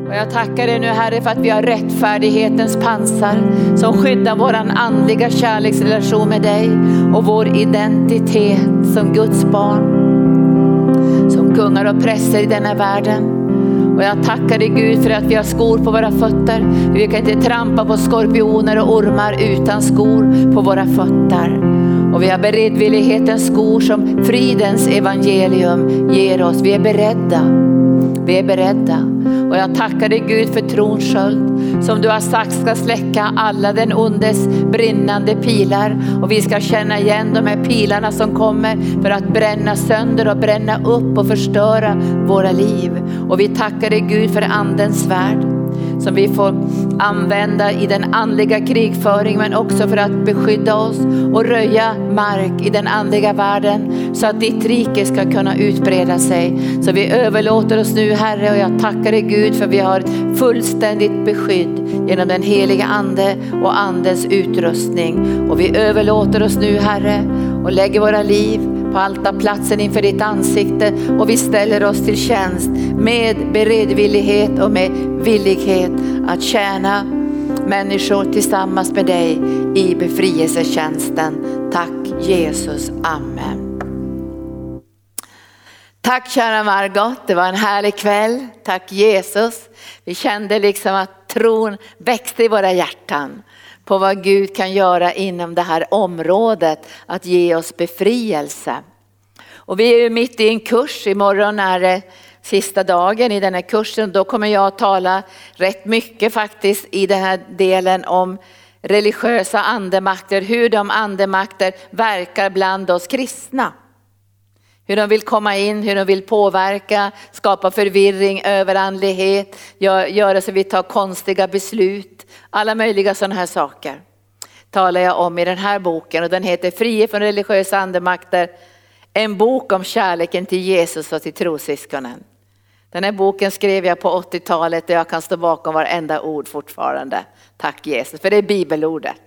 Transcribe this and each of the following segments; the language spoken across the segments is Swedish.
Och jag tackar dig nu, Herre, för att vi har rättfärdighetens pansar som skyddar våran andliga kärleksrelation med dig och vår identitet som Guds barn, som kungar och präster i denna världen. Och jag tackar dig, Gud, för att vi har skor på våra fötter. Vi kan inte trampa på skorpioner och ormar utan skor på våra fötter. Och vi har beredvillighetens skor som fridens evangelium ger oss. Vi är beredda. Vi är beredda. Och jag tackar dig, Gud, för trons sköld som du har sagt ska släcka alla den ondes brinnande pilar. Och vi ska känna igen de här pilarna som kommer för att bränna sönder och bränna upp och förstöra våra liv. Och vi tackar dig, Gud, för andens svärd som vi får använda i den andliga krigföring, men också för att beskydda oss och röja mark i den andliga världen så att ditt rike ska kunna utbreda sig. Så vi överlåter oss nu, Herre, och jag tackar dig, Gud, för vi har fullständigt beskydd genom den heliga ande och andens utrustning. Och vi överlåter oss nu, Herre, och lägger våra liv på altarplatsen inför ditt ansikte, och vi ställer oss till tjänst med beredvillighet och med villighet att tjäna människor tillsammans med dig i befrielsetjänsten. Tack Jesus, amen. Tack kära Margot, det var en härlig kväll. Tack Jesus. Vi kände liksom att tron växte i våra hjärtan på vad Gud kan göra inom det här området, att ge oss befrielse. Och vi är ju mitt i en kurs, imorgon är det sista dagen i den här kursen. Då kommer jag att tala rätt mycket faktiskt i den här delen om religiösa andemakter, hur de andemakter verkar bland oss kristna. Hur de vill komma in, hur de vill påverka, skapa förvirring, överandlighet, göra så vi tar konstiga beslut. Alla möjliga sådana här saker talar jag om i den här boken, och den heter Fri från religiösa andemakter. En bok om kärleken till Jesus och till trossyskonen. Den här boken skrev jag på 80-talet och jag kan stå bakom varenda ord fortfarande. Tack Jesus, för det är bibelordet.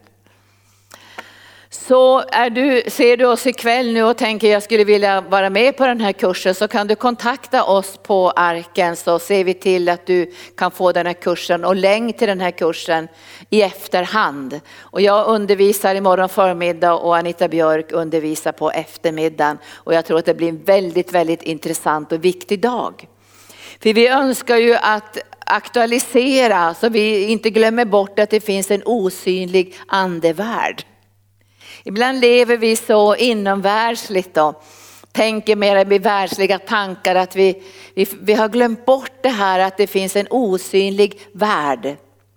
Så ser du oss ikväll nu och tänker jag skulle vilja vara med på den här kursen, så kan du kontakta oss på Arken, så ser vi till att du kan få den här kursen och länk till den här kursen i efterhand. Och jag undervisar imorgon förmiddag och Anita Björk undervisar på eftermiddagen, och jag tror att det blir en väldigt, väldigt intressant och viktig dag. För vi önskar ju att aktualisera så vi inte glömmer bort att det finns en osynlig andevärld. Ibland lever vi så inomvärldsligt och tänker mer i världsliga tankar att vi har glömt bort det här att det finns en osynlig värld.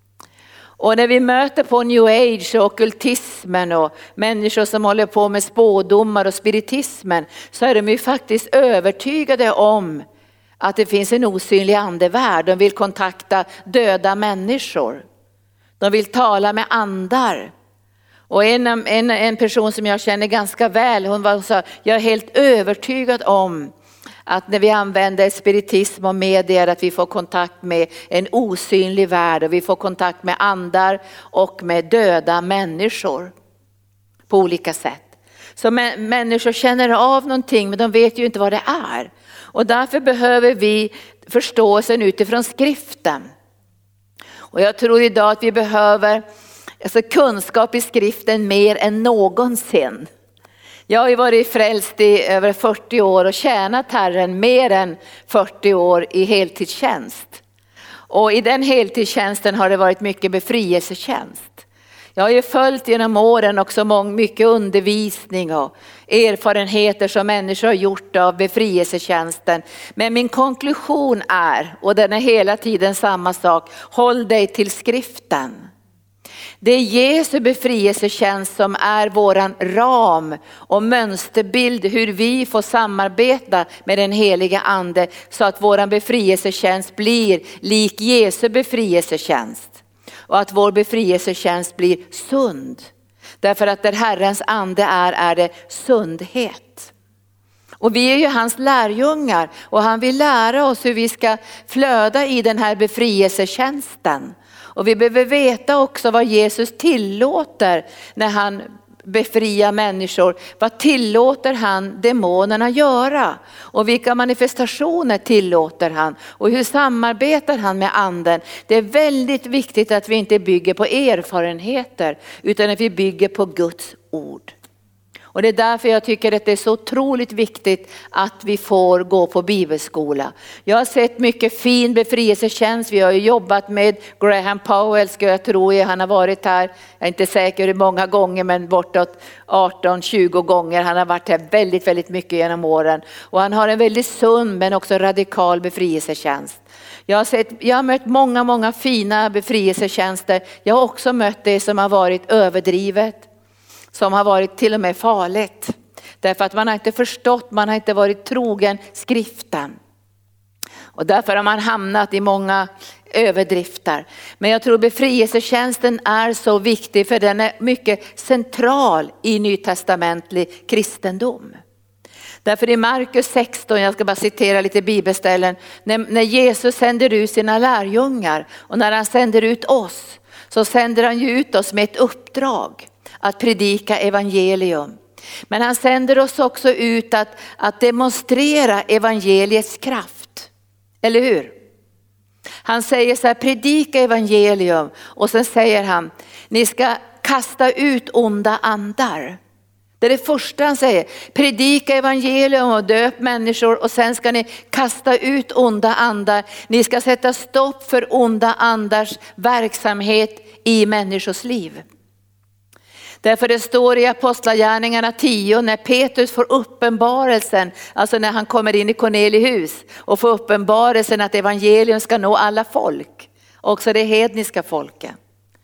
Och när vi möter på new age och ockultismen och människor som håller på med spådomar och spiritismen, så är de ju faktiskt övertygade om att det finns en osynlig andevärld. De vill kontakta döda människor. De vill tala med andar. Och en person som jag känner ganska väl, hon sa, jag är helt övertygad om att när vi använder spiritism och medier att vi får kontakt med en osynlig värld och vi får kontakt med andar och med döda människor på olika sätt. Så människor känner av någonting, men de vet ju inte vad det är. Och därför behöver vi förståelsen utifrån skriften. Och jag tror idag att vi behöver kunskap i skriften mer än någonsin. Jag har ju varit frälst i över 40 år och tjänat Herren mer än 40 år i heltidstjänst. Och i den heltidstjänsten har det varit mycket befrielsetjänst. Jag har ju följt genom åren också mycket undervisning och erfarenheter som människor har gjort av befrielsetjänsten. Men min konklusion är, och den är hela tiden samma sak, håll dig till skriften. Det är Jesu befrielsetjänst som är våran ram och mönsterbild hur vi får samarbeta med den heliga ande så att våran befrielsetjänst blir lik Jesu befrielsetjänst. Och att vår befrielsetjänst blir sund. Därför att där Herrens ande är det sundhet. Och vi är ju hans lärjungar och han vill lära oss hur vi ska flöda i den här befrielsetjänsten. Och vi behöver veta också vad Jesus tillåter när han befria människor. Vad tillåter han demonerna göra? Och vilka manifestationer tillåter han? Och hur samarbetar han med anden? Det är väldigt viktigt att vi inte bygger på erfarenheter utan att vi bygger på Guds ord. Och det är därför jag tycker att det är så otroligt viktigt att vi får gå på bibelskola. Jag har sett mycket fin befrielsetjänst. Vi har ju jobbat med Graham Powell, ska jag tro. Han har varit här, jag är inte säker hur många gånger, men bortåt 18-20 gånger. Han har varit här väldigt, väldigt mycket genom åren. Och han har en väldigt sund men också radikal befrielsetjänst. Jag har mött många fina befrielsetjänster. Jag har också mött det som har varit överdrivet. Som har varit till och med farligt. Därför att man har inte förstått, man har inte varit trogen skriften. Och därför har man hamnat i många överdrifter. Men jag tror befrielsetjänsten är så viktig för den är mycket central i nytestamentlig kristendom. Därför i Markus 16, jag ska bara citera lite bibelställen. När Jesus sänder ut sina lärjungar och när han sänder ut oss, så sänder han ju ut oss med ett uppdrag. Att predika evangelium. Men han sänder oss också ut att demonstrera evangeliets kraft. Eller hur? Han säger så här, predika evangelium. Och sen säger han, ni ska kasta ut onda andar. Det är det första han säger. Predika evangelium och döp människor. Och sen ska ni kasta ut onda andar. Ni ska sätta stopp för onda andars verksamhet i människors liv. Därför det står i Apostlagärningarna 10 när Petrus får uppenbarelsen, alltså när han kommer in i Cornelius och får uppenbarelsen att evangelium ska nå alla folk, också det hedniska folket.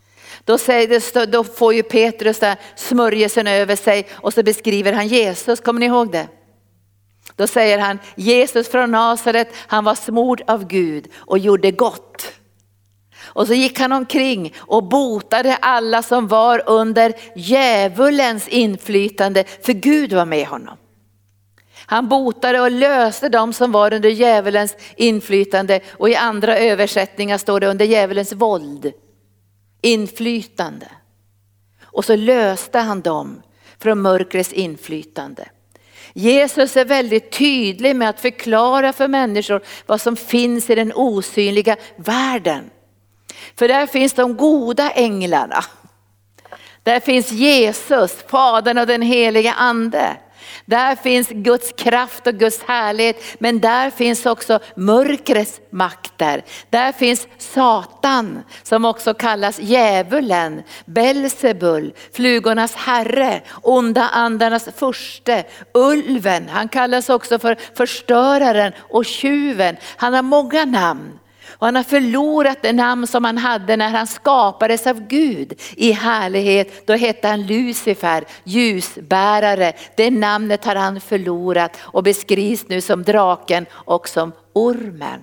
Då får ju Petrus där smörjelsen över sig och så beskriver han Jesus, kommer ni ihåg det? Då säger han, Jesus från Nasaret, han var smord av Gud och gjorde gott. Och så gick han omkring och botade alla som var under djävulens inflytande, för Gud var med honom. Han botade och löste dem som var under djävulens inflytande, och i andra översättningar står det under djävulens våld, inflytande. Och så löste han dem från mörkrets inflytande. Jesus är väldigt tydlig med att förklara för människor vad som finns i den osynliga världen. För där finns de goda änglarna. Där finns Jesus, Fadern och den heliga ande. Där finns Guds kraft och Guds härlighet. Men där finns också mörkrets makter. Där finns Satan, som också kallas djävulen, Belzebul, flugornas herre, onda andarnas furste, ulven. Han kallas också för förstöraren och tjuven. Han har många namn. Och han har förlorat det namn som han hade när han skapades av Gud i härlighet. Då hette han Lucifer, ljusbärare. Det namnet har han förlorat och beskrivs nu som draken och som ormen.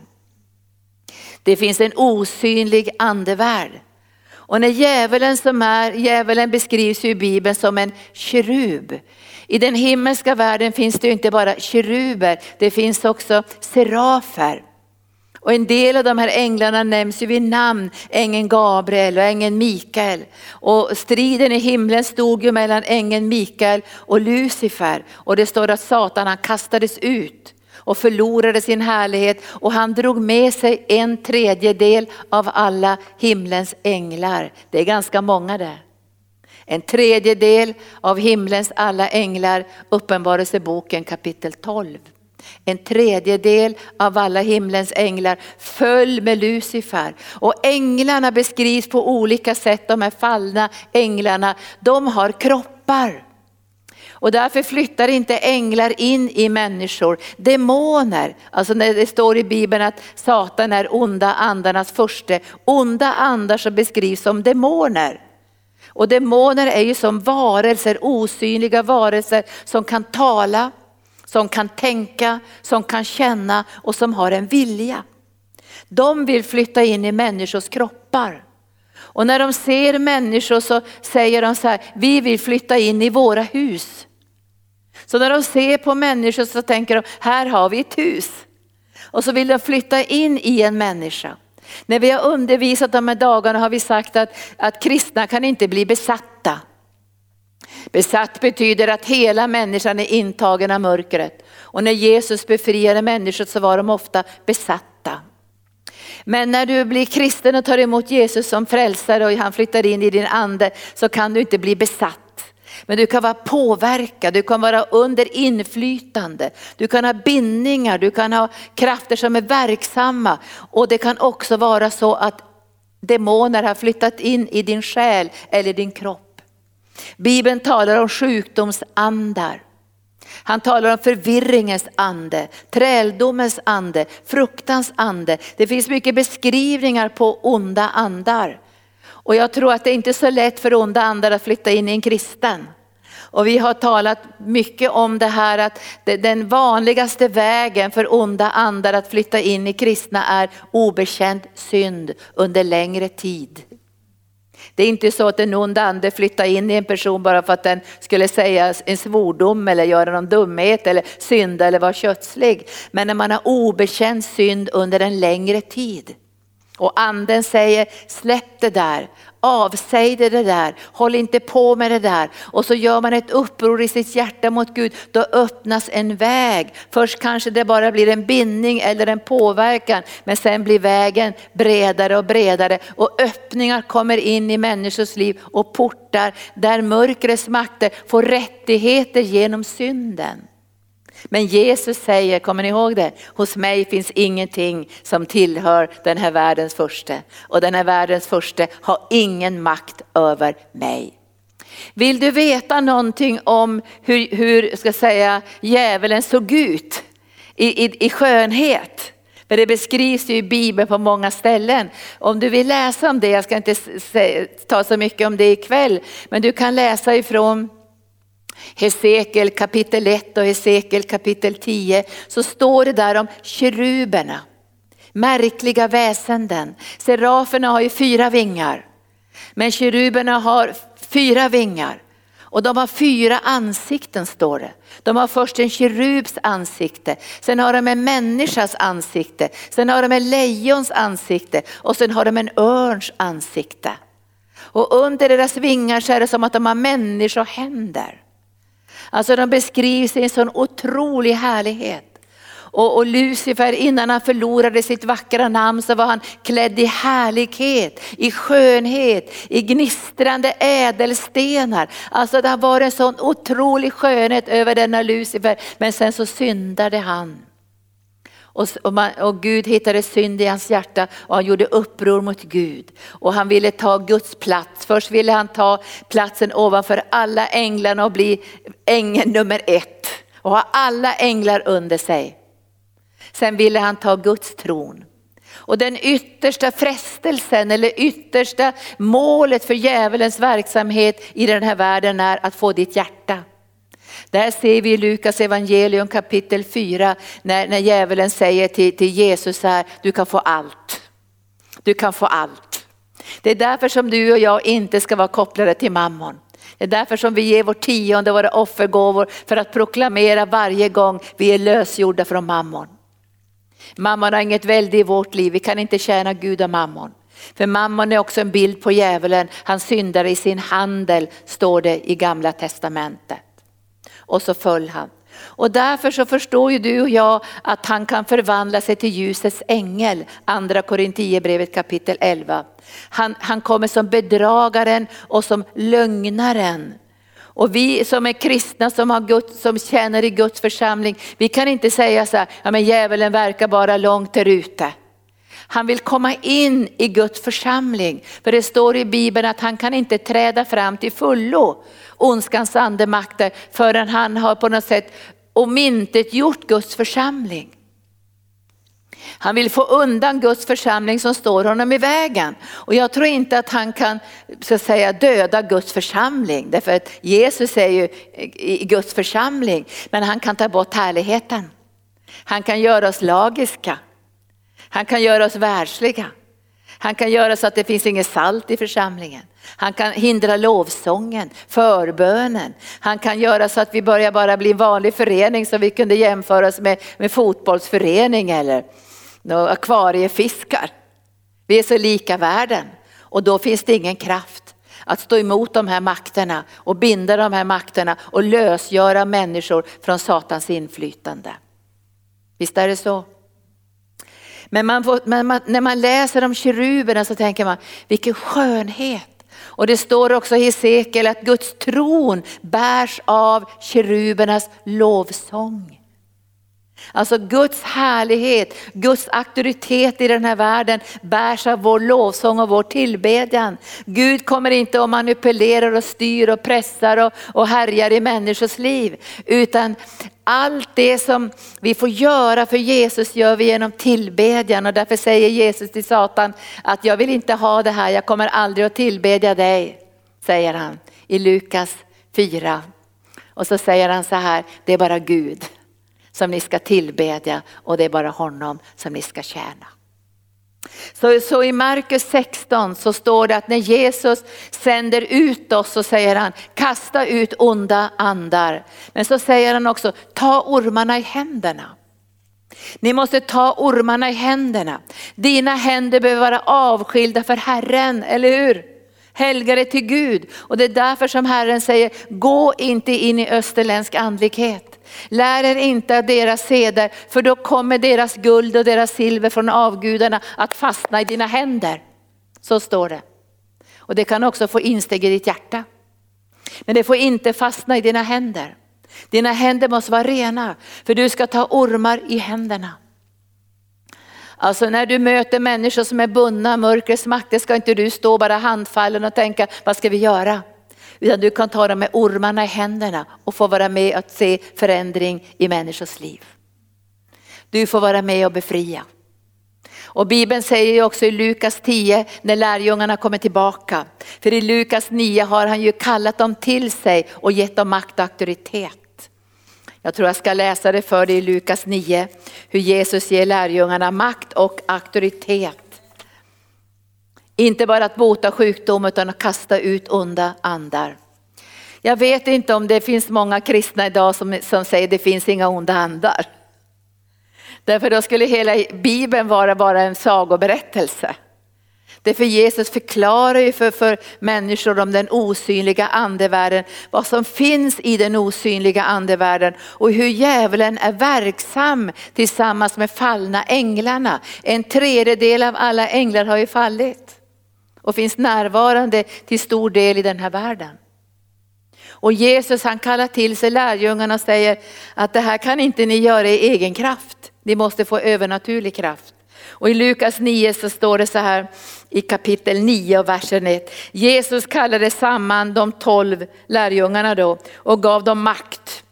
Det finns en osynlig andevärld. Och när djävulen beskrivs ju i Bibeln som en kerub. I den himmelska världen finns det ju inte bara keruber, det finns också serafer. Och en del av de här änglarna nämns ju vid namn, ängeln Gabriel och ängeln Mikael. Och striden i himlen stod ju mellan ängeln Mikael och Lucifer. Och det står att Satan, han kastades ut och förlorade sin härlighet. Och han drog med sig 1/3 av alla himlens änglar. Det är ganska många där. 1/3 av himlens alla änglar, Uppenbarelseboken kapitel 12. 1/3 av alla himlens änglar föll med Lucifer. Och änglarna beskrivs på olika sätt, de här fallna änglarna. De har kroppar. Och därför flyttar inte änglar in i människor. Demoner, alltså när det står i Bibeln att Satan är onda andarnas furste. Onda andar som beskrivs som demoner. Och demoner är ju som varelser, osynliga varelser som kan tala, som kan tänka, som kan känna och som har en vilja. De vill flytta in i människors kroppar. Och när de ser människor så säger de så här, vi vill flytta in i våra hus. Så när de ser på människor så tänker de, här har vi ett hus. Och så vill de flytta in i en människa. När vi har undervisat de här dagarna har vi sagt att kristna kan inte bli besatta. Besatt betyder att hela människan är intagen av mörkret. Och när Jesus befriade människor så var de ofta besatta. Men när du blir kristen och tar emot Jesus som frälsare och han flyttar in i din ande, så kan du inte bli besatt. Men du kan vara påverkad, du kan vara under inflytande, du kan ha bindningar, du kan ha krafter som är verksamma. Och det kan också vara så att demoner har flyttat in i din själ eller din kropp. Bibeln talar om sjukdomsandar. Han talar om förvirringens ande, träldomens ande, fruktans ande. Det finns mycket beskrivningar på onda andar. Och jag tror att det inte är så lätt för onda andar att flytta in i en kristen. Och vi har talat mycket om det här att den vanligaste vägen för onda andar att flytta in i kristna är obekänd synd under längre tid. Det är inte så att en ond ande flyttar in i en person bara för att den skulle säga en svordom eller göra någon dumhet eller synda eller vara kötslig. Men när man har obekänd synd under en längre tid. Och anden säger, släpp det där, avsäg det där, håll inte på med det där. Och så gör man ett uppror i sitt hjärta mot Gud, då öppnas en väg. Först kanske det bara blir en bindning eller en påverkan, men sen blir vägen bredare och bredare. Och öppningar kommer in i människors liv och portar där mörkrets makter får rättigheter genom synden. Men Jesus säger, kommer ni ihåg det? Hos mig finns ingenting som tillhör den här världens första. Och den här världens första har ingen makt över mig. Vill du veta någonting om hur ska jag säga, djävulen såg ut i skönhet? För det beskrivs ju i Bibeln på många ställen. Om du vill läsa om det, jag ska inte ta så mycket om det ikväll. Men du kan läsa ifrån Hesekiel kapitel 1 och Hesekiel kapitel 10, så står det där om keruberna. Märkliga väsenden. Seraferna har ju 4 vingar. Men keruberna har 4 vingar. Och de har 4 ansikten, står det. De har först en kerubs ansikte. Sen har de en människas ansikte. Sen har de en lejons ansikte. Och sen har de en örns ansikte. Och under deras vingar så är det som att de har människohänder. Alltså de beskrivs i en sån otrolig härlighet. Och Lucifer, innan han förlorade sitt vackra namn, så var han klädd i härlighet, i skönhet, i gnistrande ädelstenar. Alltså det var en sån otrolig skönhet över denna Lucifer. Men sen så syndade han. Och Gud hittade synd i hans hjärta och han gjorde uppror mot Gud. Och han ville ta Guds plats. Först ville han ta platsen ovanför alla änglarna och bli ängeln nummer 1. Och ha alla änglar under sig. Sen ville han ta Guds tron. Och den yttersta frestelsen eller yttersta målet för djävulens verksamhet i den här världen är att få ditt hjärta. Där ser vi i Lukas evangelium kapitel 4 när djävulen säger till Jesus här, du kan få allt. Du kan få allt. Det är därför som du och jag inte ska vara kopplade till mammon. Det är därför som vi ger vår 10:e och våra offergåvor för att proklamera varje gång vi är lösgjorda från mammon. Mammon har inget välde i vårt liv, vi kan inte tjäna Gud och mammon. För mammon är också en bild på djävulen, han syndar i sin handel, står det i Gamla testamentet. Och så föll han. Och därför så förstår ju du och jag att han kan förvandla sig till ljusets ängel. Andra Korintierbrevet kapitel 11. Han kommer som bedragaren och som lögnaren. Och vi som är kristna som tjänar i Guds församling, vi kan inte säga så här, ja men djävulen verkar bara långt där ute. Han vill komma in i Guds församling. För det står i Bibeln att han kan inte träda fram till fullo ondskans andemakter förrän han har på något sätt omintetgjort Guds församling. Han vill få undan Guds församling som står honom i vägen. Och jag tror inte att han kan så att säga döda Guds församling. Därför att Jesus är ju i Guds församling. Men han kan ta bort härligheten. Han kan göra oss lagiska. Han kan göra oss världsliga. Han kan göra så att det finns inget salt i församlingen. Han kan hindra lovsången, förbönen. Han kan göra så att vi börjar bara bli en vanlig förening som vi kunde jämföras med fotbollsförening eller akvariefiskar. Vi är så lika världen och då finns det ingen kraft. att stå emot de här makterna och binda de här makterna och lösgöra människor från Satans inflytande. Visst är det så? Men när man läser om keruberna så tänker man, vilken skönhet. Och det står också i Hesekiel att Guds tron bärs av kerubernas lovsång. Alltså Guds härlighet, Guds auktoritet i den här världen bärs av vår lovsång och vår tillbedjan. Gud kommer inte och manipulerar och styr och pressar och härjar i människors liv. Utan allt det som vi får göra för Jesus gör vi genom tillbedjan. Och därför säger Jesus till Satan att jag vill inte ha det här, jag kommer aldrig att tillbedja dig, säger han i Lukas 4. Och så säger han så här, det är bara Gud som ni ska tillbedja och det är bara honom som ni ska tjäna. Så i Markus 16 så står det att när Jesus sänder ut oss så säger han, kasta ut onda andar. Men så säger han också, ta ormarna i händerna. Ni måste ta ormarna i händerna. Dina händer behöver vara avskilda för Herren, eller hur? Helgade till Gud. Och det är därför som Herren säger, gå inte in i österländsk andlighet. Lär er inte av deras seder, för då kommer deras guld och deras silver från avgudarna att fastna i dina händer. Så står det. Och det kan också få insteg i ditt hjärta. Men det får inte fastna i dina händer. Dina händer måste vara rena, för du ska ta ormar i händerna. Alltså när du möter människor som är bundna av mörkrets makt, det ska inte du stå bara handfallen och tänka, vad ska vi göra? Utan du kan ta dem med ormarna i händerna och få vara med att se förändring i människors liv. Du får vara med och befria. Och Bibeln säger ju också i Lukas 10 när lärjungarna kommer tillbaka. För i Lukas 9 har han ju kallat dem till sig och gett dem makt och auktoritet. Jag tror jag ska läsa det för dig i Lukas 9. Hur Jesus ger lärjungarna makt och auktoritet. Inte bara att bota sjukdom utan att kasta ut onda andar. Jag vet inte om det finns många kristna idag som säger det finns inga onda andar. Därför då skulle hela Bibeln vara bara en sagoberättelse. Därför Jesus förklarar ju för människor om den osynliga andevärlden. Vad som finns i den osynliga andevärlden. Och hur djävulen är verksam tillsammans med fallna änglarna. 1/3 av alla änglar har ju fallit. Och finns närvarande till stor del i den här världen. Och Jesus han kallar till sig lärjungarna och säger att det här kan inte ni göra i egen kraft. Ni måste få övernaturlig kraft. Och i Lukas 9 så står det så här i kapitel 9 och versen 1. Jesus kallade samman de 12 lärjungarna då och gav dem makt.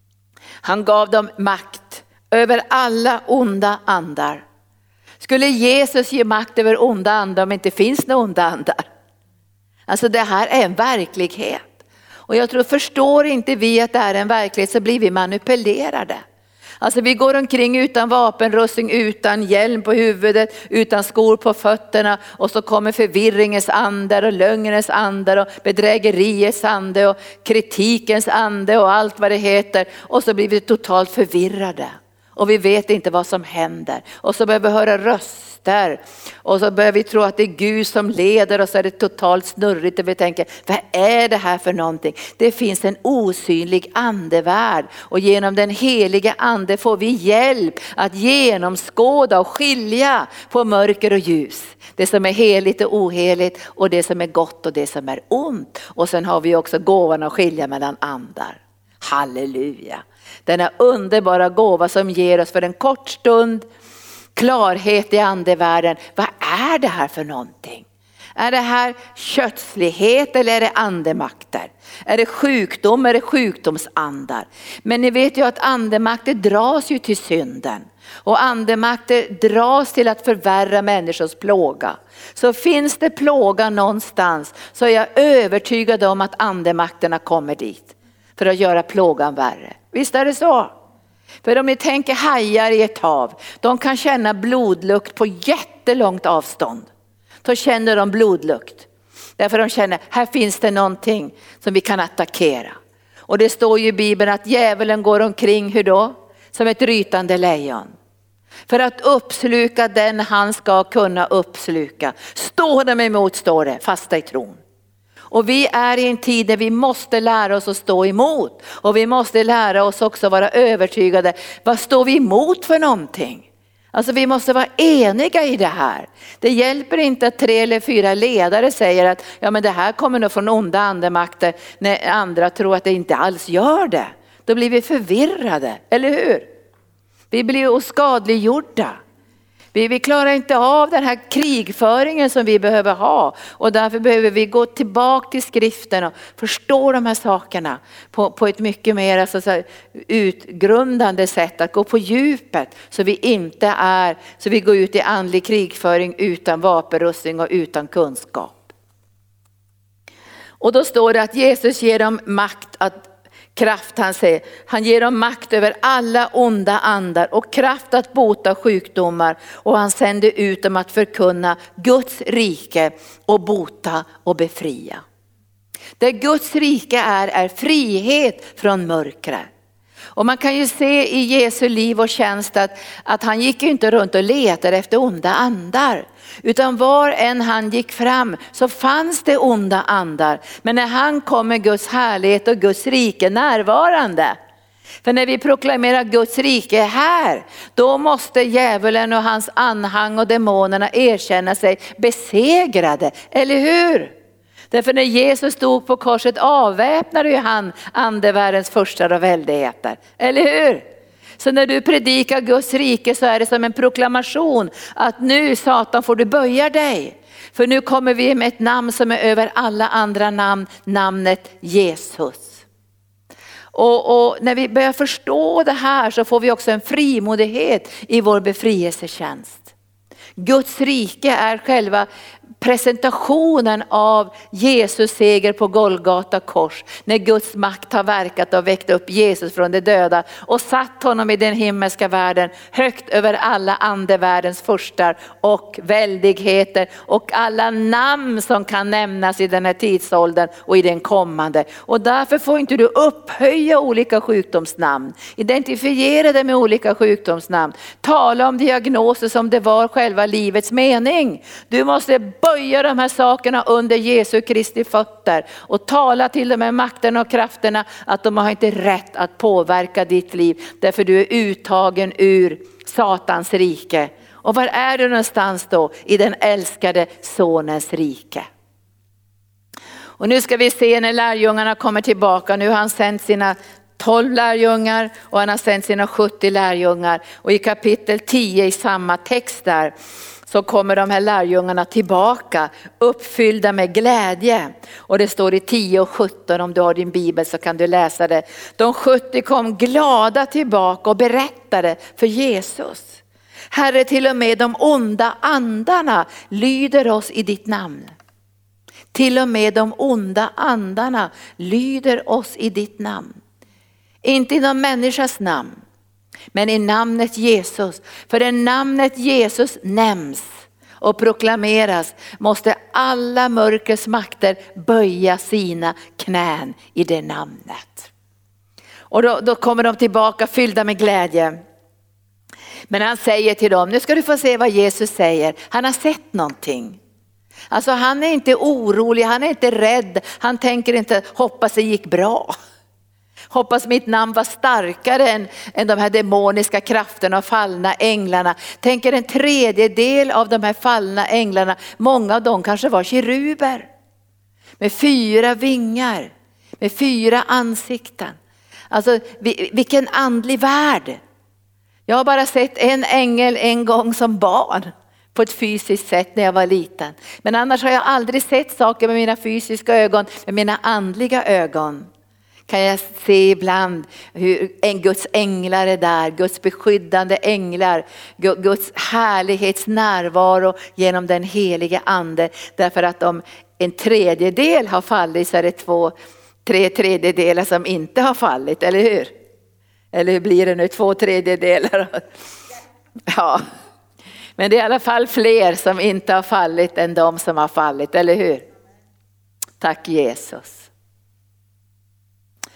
Han gav dem makt över alla onda andar. Skulle Jesus ge makt över onda andar om det inte finns några onda andar? Alltså det här är en verklighet. Och jag tror, förstår inte vi att det är en verklighet så blir vi manipulerade. Alltså vi går omkring utan vapenrustning, utan hjälm på huvudet, utan skor på fötterna. Och så kommer förvirringens andar och lögnens andar och bedrägeriets ande och kritikens ande och allt vad det heter. Och så blir vi totalt förvirrade. Och vi vet inte vad som händer. Och så börjar vi höra röster. Och så börjar vi tro att det är Gud som leder. Och så är det totalt snurrigt. Och vi tänker, vad är det här för någonting? Det finns en osynlig andevärld. Och genom den heliga ande får vi hjälp att genomskåda och skilja på mörker och ljus. Det som är heligt och oheligt. Och det som är gott och det som är ont. Och sen har vi också gåvan att skilja mellan andar. Halleluja. Denna underbara gåva som ger oss för en kort stund klarhet i andevärlden. Vad är det här för någonting? Är det här kötslighet eller är det andemakter? Är det sjukdom eller sjukdomsandar? Men ni vet ju att andemakter dras ju till synden. Och andemakter dras till att förvärra människors plåga. Så finns det plåga någonstans så är jag övertygad om att andemakterna kommer dit. För att göra plågan värre. Visst är det så? För om ni tänker hajar i ett hav. De kan känna blodlukt på jättelångt avstånd. Då känner de blodlukt. Därför de känner, här finns det någonting som vi kan attackera. Och det står ju i Bibeln att djävulen går omkring, hur då? Som ett rytande lejon. För att uppsluka den han ska kunna uppsluka. Stå dem emot, står det, fasta i tron. Och vi är i en tid där vi måste lära oss att stå emot. Och vi måste lära oss också vara övertygade. Vad står vi emot för någonting? Alltså vi måste vara eniga i det här. Det hjälper inte att 3 eller 4 ledare säger att ja, men det här kommer nog från onda andemakter, när andra tror att det inte alls gör det. Då blir vi förvirrade, eller hur? Vi blir oskadliggjorda. Vi klarar inte av den här krigföringen som vi behöver ha. Och därför behöver vi gå tillbaka till skriften och förstå de här sakerna på ett mycket mer så utgrundande sätt. Att gå på djupet så vi går ut i andlig krigföring utan vapenrustning och utan kunskap. Och då står det att Jesus ger dem kraft, han ger dem makt över alla onda andar och kraft att bota sjukdomar, och han sänder ut dem att förkunna Guds rike och bota och befria. Det Guds rike är frihet från mörkret. Och man kan ju se i Jesu liv och tjänst att han gick inte runt och letade efter onda andar. Utan var än han gick fram så fanns det onda andar. Men när han kom med Guds härlighet och Guds rike närvarande. För när vi proklamerar Guds rike här, då måste djävulen och hans anhang och demonerna erkänna sig besegrade. Eller hur? Därför när Jesus stod på korset avväpnade ju han andevärldens furstar och väldigheter. Eller hur? Så när du predikar Guds rike så är det som en proklamation att nu Satan får du böja dig. För nu kommer vi med ett namn som är över alla andra namn, namnet Jesus. Och när vi börjar förstå det här så får vi också en frimodighet i vår befrielsetjänst. Guds rike är själva presentationen av Jesus seger på Golgata kors. När Guds makt har verkat och väckt upp Jesus från de döda och satt honom i den himmelska världen högt över alla andevärldens furstar och väldigheter och alla namn som kan nämnas i den här tidsåldern och i den kommande. Och därför får inte du upphöja olika sjukdomsnamn. Identifiera dig med olika sjukdomsnamn. Tala om diagnoser som det var själva livets mening. Du måste böja de här sakerna under Jesu Kristi fötter och tala till de här makterna och krafterna att de har inte rätt att påverka ditt liv. Därför du är uttagen ur Satans rike. Och var är du någonstans då? I den älskade sonens rike. Och nu ska vi se när lärjungarna kommer tillbaka. Nu har han sänt sina 12 lärjungar och han har sänt sina 70 lärjungar. Och i kapitel 10 i samma text där så kommer de här lärjungarna tillbaka uppfyllda med glädje. Och det står i 10 och 17, om du har din bibel så kan du läsa det. De 70 kom glada tillbaka och berättade för Jesus. Herre, till och med de onda andarna lyder oss i ditt namn. Till och med de onda andarna lyder oss i ditt namn. Inte i någon människas namn, men i namnet Jesus. För när namnet Jesus nämns och proklameras måste alla mörkers makter böja sina knän i det namnet. Och då kommer de tillbaka fyllda med glädje. Men han säger till dem, nu ska du få se vad Jesus säger. Han har sett någonting. Alltså han är inte orolig, han är inte rädd. Han tänker inte, hoppas det gick bra. Hoppas mitt namn var starkare än de här demoniska krafterna och fallna änglarna. Tänker en tredjedel av de här fallna änglarna, många av dem kanske var keruber. Med 4 vingar, med 4 ansikten. Alltså vilken andlig värld. Jag har bara sett en ängel en gång som barn. På ett fysiskt sätt när jag var liten. Men annars har jag aldrig sett saker med mina fysiska ögon, med mina andliga ögon. Kan jag se ibland hur en Guds änglar är där, Guds beskyddande änglar, Guds härlighetsnärvaro genom den helige ande. Därför att om en tredjedel har fallit så är det 3 tredjedelar som inte har fallit, eller hur? Eller hur blir det nu, 2 tredjedelar? Ja, men det är i alla fall fler som inte har fallit än de som har fallit, eller hur? Tack Jesus.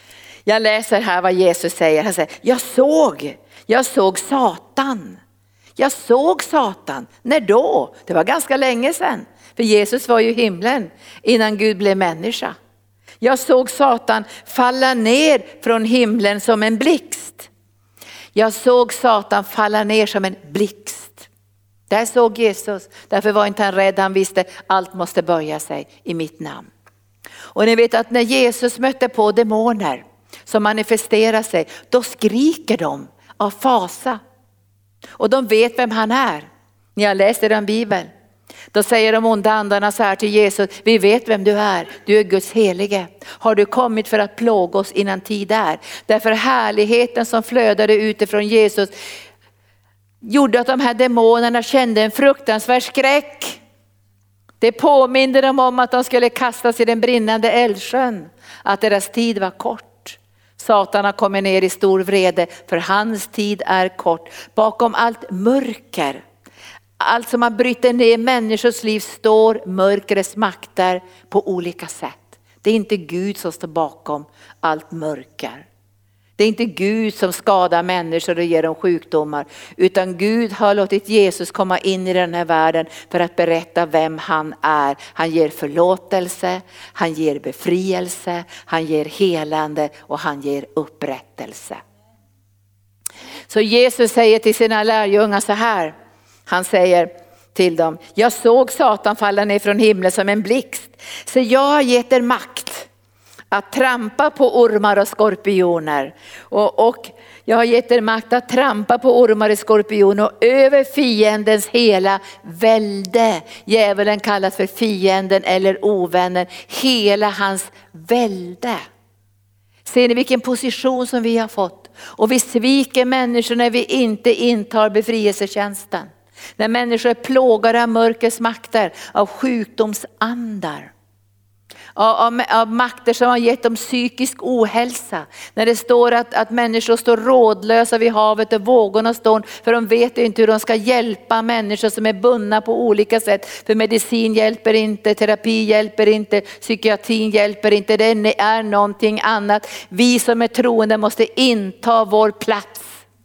Jag läser här vad Jesus säger. Han säger, jag såg Satan. Jag såg Satan. När då? Det var ganska länge sedan. För Jesus var ju i himlen innan Gud blev människa. Jag såg Satan falla ner från himlen som en blixt. Jag såg Satan falla ner som en blixt. Där såg Jesus. Därför var inte han rädd. Han visste allt måste böja sig i mitt namn. Och ni vet att när Jesus mötte på demoner som manifesterar sig, då skriker de av fasa. Och de vet vem han är. Ni har läst i den Bibeln. Då säger de onda andarna så här till Jesus: vi vet vem du är Guds helige. Har du kommit för att plåga oss innan tid är? Därför härligheten som flödade utifrån Jesus gjorde att de här demonerna kände en fruktansvärd skräck. Det påminde dem om att de skulle kastas i den brinnande eldsjön. Att deras tid var kort. Satan har kommit ner i stor vrede, för hans tid är kort. Bakom allt mörker, allt som har bryter ner människors liv, står mörkrets makter på olika sätt. Det är inte Gud som står bakom allt mörker. Det är inte Gud som skadar människor och ger dem sjukdomar. Utan Gud har låtit Jesus komma in i den här världen för att berätta vem han är. Han ger förlåtelse, han ger befrielse, han ger helande och han ger upprättelse. Så Jesus säger till sina lärjungar så här. Han säger till dem: jag såg Satan falla ner från himlen som en blixt. Så jag har gett er makt att trampa på ormar och skorpioner. Och jag har gett er makt att trampa på ormar och skorpioner och över fiendens hela välde. Djävulen kallas för fienden eller ovännen. Hela hans välde. Ser ni vilken position som vi har fått? Och vi sviker människor när vi inte intar befrielsetjänsten. När människor är plågade av mörkrets makter, av sjukdomsandar. Av makter som har gett dem psykisk ohälsa. När det står att människor står rådlösa vid havet och vågorna står, för de vet inte hur de ska hjälpa människor som är bundna på olika sätt. För medicin hjälper inte, terapi hjälper inte, psykiatrin hjälper inte, det är någonting annat. Vi som är troende måste inta vår plats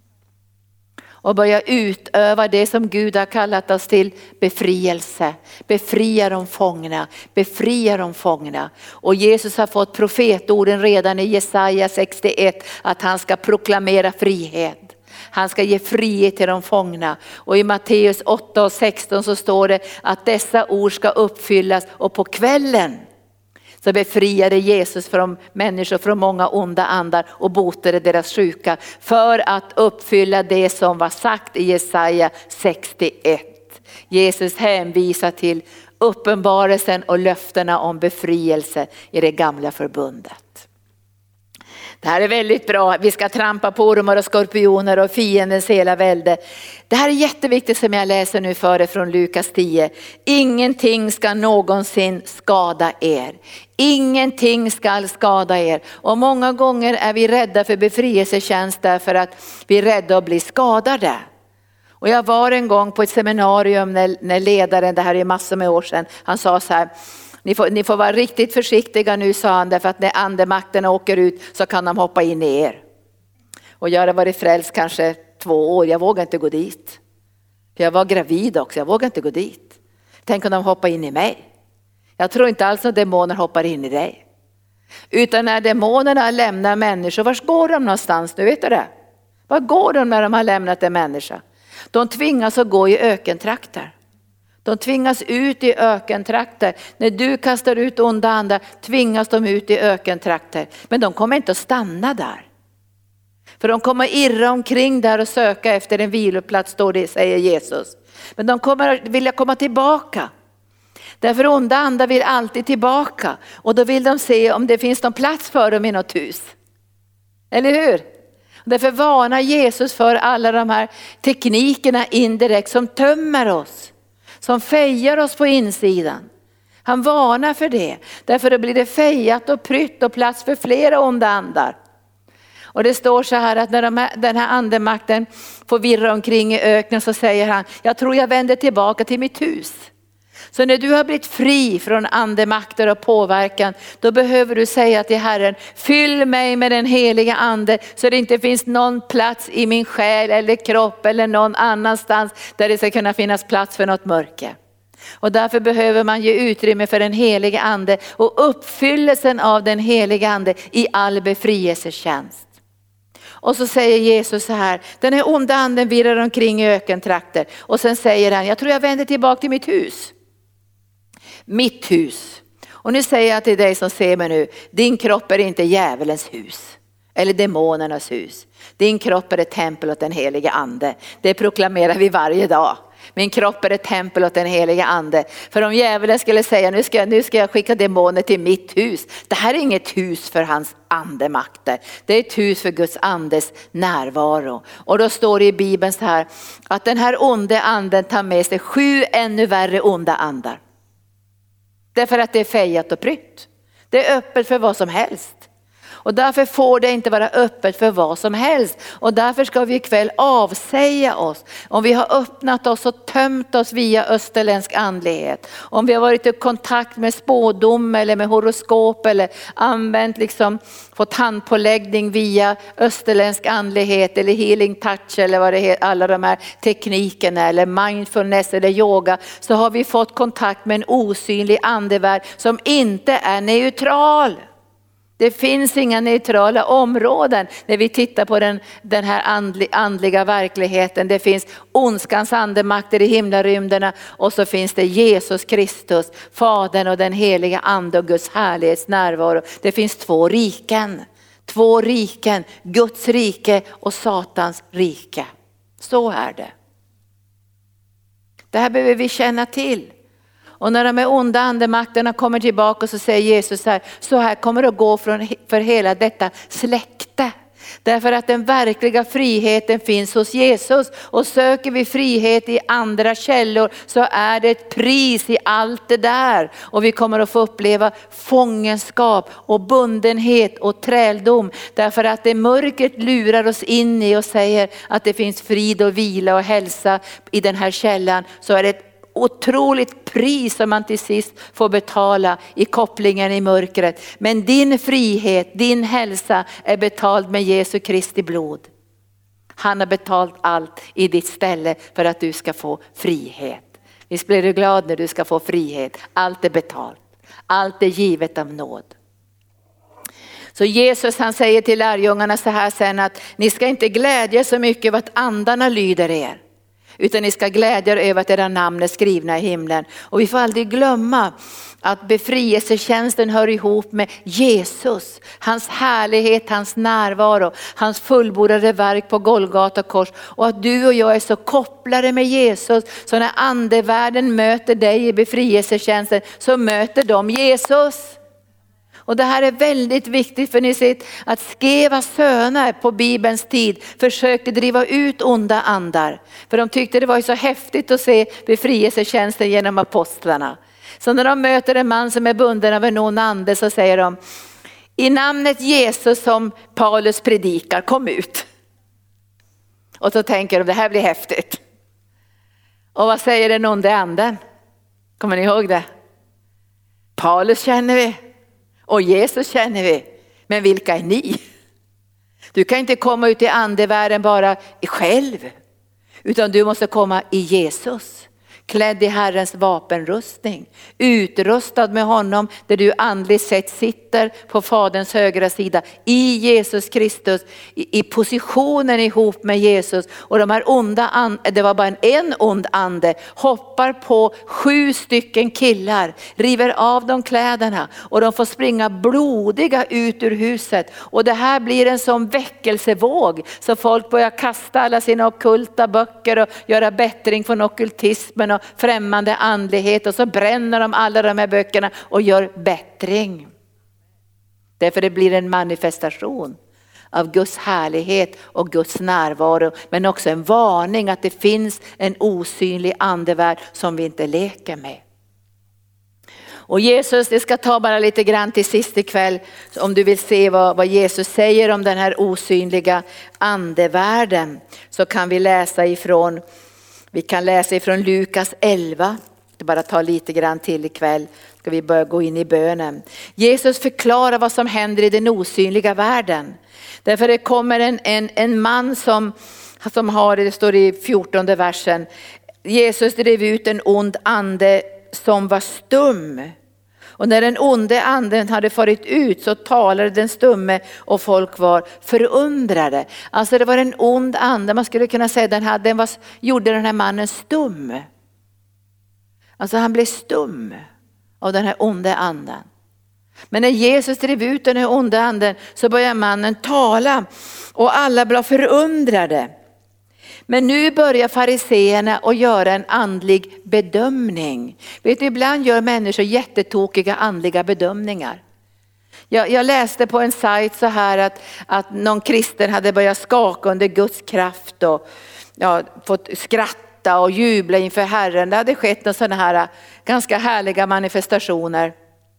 och börja utöva det som Gud har kallat oss till: befrielse. Befria de fångna, befria de fångna. Och Jesus har fått profetorden redan i Jesaja 61 att han ska proklamera frihet. Han ska ge frihet till de fångna. Och i Matteus 8 och 16 så står det att dessa ord ska uppfyllas, och på kvällen så befriade Jesus från människor från många onda andar och botade deras sjuka, för att uppfylla det som var sagt i Jesaja 61. Jesus hänvisar till uppenbarelsen och löftena om befrielse i det gamla förbundet. Det här är väldigt bra. Vi ska trampa på ormar och skorpioner och fiendens hela välde. Det här är jätteviktigt som jag läser nu för er från Lukas 10. Ingenting ska någonsin skada er. Ingenting ska skada er. Och många gånger är vi rädda för befrielsetjänst därför att vi är rädda att bli skadade. Och jag var en gång på ett seminarium när ledaren, det här är massor med år sedan, han sa så här: Ni får vara riktigt försiktiga nu, sa han, därför att när andemakterna åker ut så kan de hoppa in i er. Och jag hade varit frälst kanske 2 år, jag vågade inte gå dit. För jag var gravid också, jag vågade inte gå dit. Tänk om de hoppar in i mig. Jag tror inte alls att demoner hoppar in i dig. Utan när demonerna lämnar människor, var går de någonstans nu, vet du det? Var går de när de har lämnat en människa? De tvingas att gå i ökentrakter. De tvingas ut i ökentrakter. När du kastar ut onda andar tvingas de ut i ökentrakter. Men de kommer inte att stanna där. För de kommer irra omkring där och söka efter en viloplats, står det, säger Jesus. Men de kommer vilja komma tillbaka. Därför onda andar vill alltid tillbaka. Och då vill de se om det finns någon plats för dem i något hus. Eller hur? Därför varnar Jesus för alla de här teknikerna indirekt som tömmer oss. Som fejar oss på insidan. Han varnar för det. Därför då blir det fejat och prytt och plats för flera onda andar. Och det står så här att när den här andemakten får virra omkring i öknen så säger han: jag tror jag vänder tillbaka till mitt hus. Så när du har blivit fri från andemakter och påverkan, då behöver du säga till Herren, fyll mig med den heliga ande så det inte finns någon plats i min själ eller kropp eller någon annanstans där det ska kunna finnas plats för något mörker. Och därför behöver man ge utrymme för den heliga ande och uppfyllelsen av den heliga ande i all befrielsetjänst. Och så säger Jesus så här, den här onda anden virrar omkring i ökentrakter. Och sen säger han, jag tror jag vänder tillbaka till mitt hus. Mitt hus. Och nu säger jag till dig som ser mig nu, din kropp är inte djävulens hus. Eller demonernas hus. Din kropp är ett tempel åt den heliga ande. Det proklamerar vi varje dag. Min kropp är ett tempel åt den heliga ande. För om djävulen skulle säga, nu ska jag skicka demoner till mitt hus. Det här är inget hus för hans andemakter. Det är ett hus för Guds andes närvaro. Och då står det i Bibeln så här, att den här onde anden tar med sig 7 ännu värre onda andar. Därför att det är fejat och prytt. Det är öppet för vad som helst. Och därför får det inte vara öppet för vad som helst. Och därför ska vi ikväll avsäga oss. Om vi har öppnat oss och tömt oss via österländsk andlighet. Om vi har varit i kontakt med spådom eller med horoskop. Eller använt fått handpåläggning via österländsk andlighet. Eller healing touch eller vad det heter. Alla de här teknikerna. Eller mindfulness eller yoga. Så har vi fått kontakt med en osynlig andevärld som inte är neutral. Det finns inga neutrala områden när vi tittar på den här andliga verkligheten. Det finns ondskans andemakter i himlarymderna och så finns det Jesus Kristus, Fadern och den heliga ande och Guds härlighets närvaro. Det finns 2 riken. 2 riken, Guds rike och Satans rike. Så är det. Det här behöver vi känna till. Och när de onda andemakterna kommer tillbaka så säger Jesus så här kommer det att gå för hela detta släkte. Därför att den verkliga friheten finns hos Jesus. Och söker vi frihet i andra källor så är det ett pris i allt det där. Och vi kommer att få uppleva fångenskap och bundenhet och träldom. Därför att det mörkret lurar oss in i och säger att det finns frid och vila och hälsa i den här källan. Så är det ett otroligt pris som man till sist får betala i kopplingen i mörkret. Men din frihet, din hälsa är betald med Jesu Kristi blod. Han har betalt allt i ditt ställe för att du ska få frihet. Visst blir du glad när du ska få frihet. Allt är betalt. Allt är givet av nåd. Så Jesus han säger till lärjungarna så här sen att ni ska inte glädja så mycket över att andarna lyder er. Utan ni ska glädja er över att era namn är skrivna i himlen. Och vi får aldrig glömma att befrielsetjänsten hör ihop med Jesus. Hans härlighet, hans närvaro, hans fullbordade verk på Golgata kors. Och att du och jag är så kopplade med Jesus. Så när andevärlden möter dig i befrielsetjänsten så möter de Jesus. Och det här är väldigt viktigt för ni ser att Skeva söner på Bibelns tid försökte driva ut onda andar. För de tyckte det var så häftigt att se befrielsetjänsten genom apostlarna. Så när de möter en man som är bunden av en ond ande så säger de i namnet Jesus som Paulus predikar, kom ut. Och så tänker de det här blir häftigt. Och vad säger den onde anden? Kommer ni ihåg det? Paulus känner vi. Och Jesus känner vi, men vilka är ni? Du kan inte komma ut i andevärlden bara själv, utan du måste komma i Jesus. Klädd i Herrens vapenrustning, utrustad med honom där du andligt sett sitter på Faderns högra sida i Jesus Kristus, i positionen ihop med Jesus. Och de här onda det var bara en ond ande, hoppar på 7 stycken killar, river av dem kläderna och de får springa blodiga ut ur huset. Och det här blir en sån väckelsevåg så folk börjar kasta alla sina ockulta böcker och göra bättring från ockultismen och främmande andlighet och så bränner de alla de här böckerna och gör bättring. Därför det blir en manifestation av Guds härlighet och Guds närvaro, men också en varning att det finns en osynlig andevärld som vi inte leker med. Och Jesus, det ska ta bara lite grann till sist ikväll om du vill se vad Jesus säger om den här osynliga andevärlden, så kan vi läsa ifrån Lukas 11 ska bara ta lite grann till ikväll. Ska vi börja gå in i bönen. Jesus förklarar vad som händer i den osynliga världen. Därför det kommer en man som har, det står i 14:e versen. Jesus drev ut en ond ande som var stum. Och när den onde anden hade farit ut så talade den stumme och folk var förundrade. Alltså det var en ond ande, man skulle kunna säga gjorde den här mannen stum. Alltså han blev stum av den här onde anden. Men när Jesus drev ut den här onde anden så började mannen tala och alla blev förundrade. Men nu börjar fariseerna att göra en andlig bedömning. Vet du, ibland gör människor jättetokiga andliga bedömningar. Jag läste på en sajt så här att någon kristen hade börjat skaka under Guds kraft och fått skratta och jubla inför Herren. Det hade skett några sådana här ganska härliga manifestationer.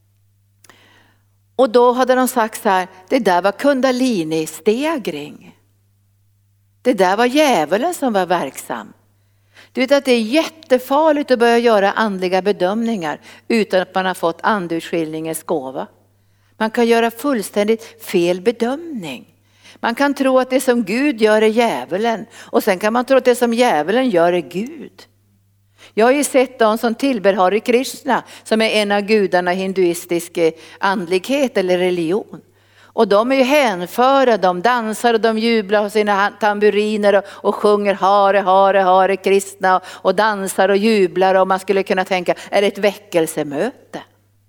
Och då hade de sagt så här, det där var kundalini-stegring. Det där var djävulen som var verksam. Du vet att det är jättefarligt att börja göra andliga bedömningar utan att man har fått andutskiljningens gåva. Man kan göra fullständigt fel bedömning. Man kan tro att det som Gud gör är djävulen och sen kan man tro att det som djävulen gör är Gud. Jag har ju sett de som tillber Hare Krishna som är en av gudarna i hinduistisk andlighet eller religion. Och de är ju hänförda, de dansar och de jublar av sina tamburiner och sjunger Hare, Hare, Hare Krishna och dansar och jublar och man skulle kunna tänka, är det ett väckelsemöte?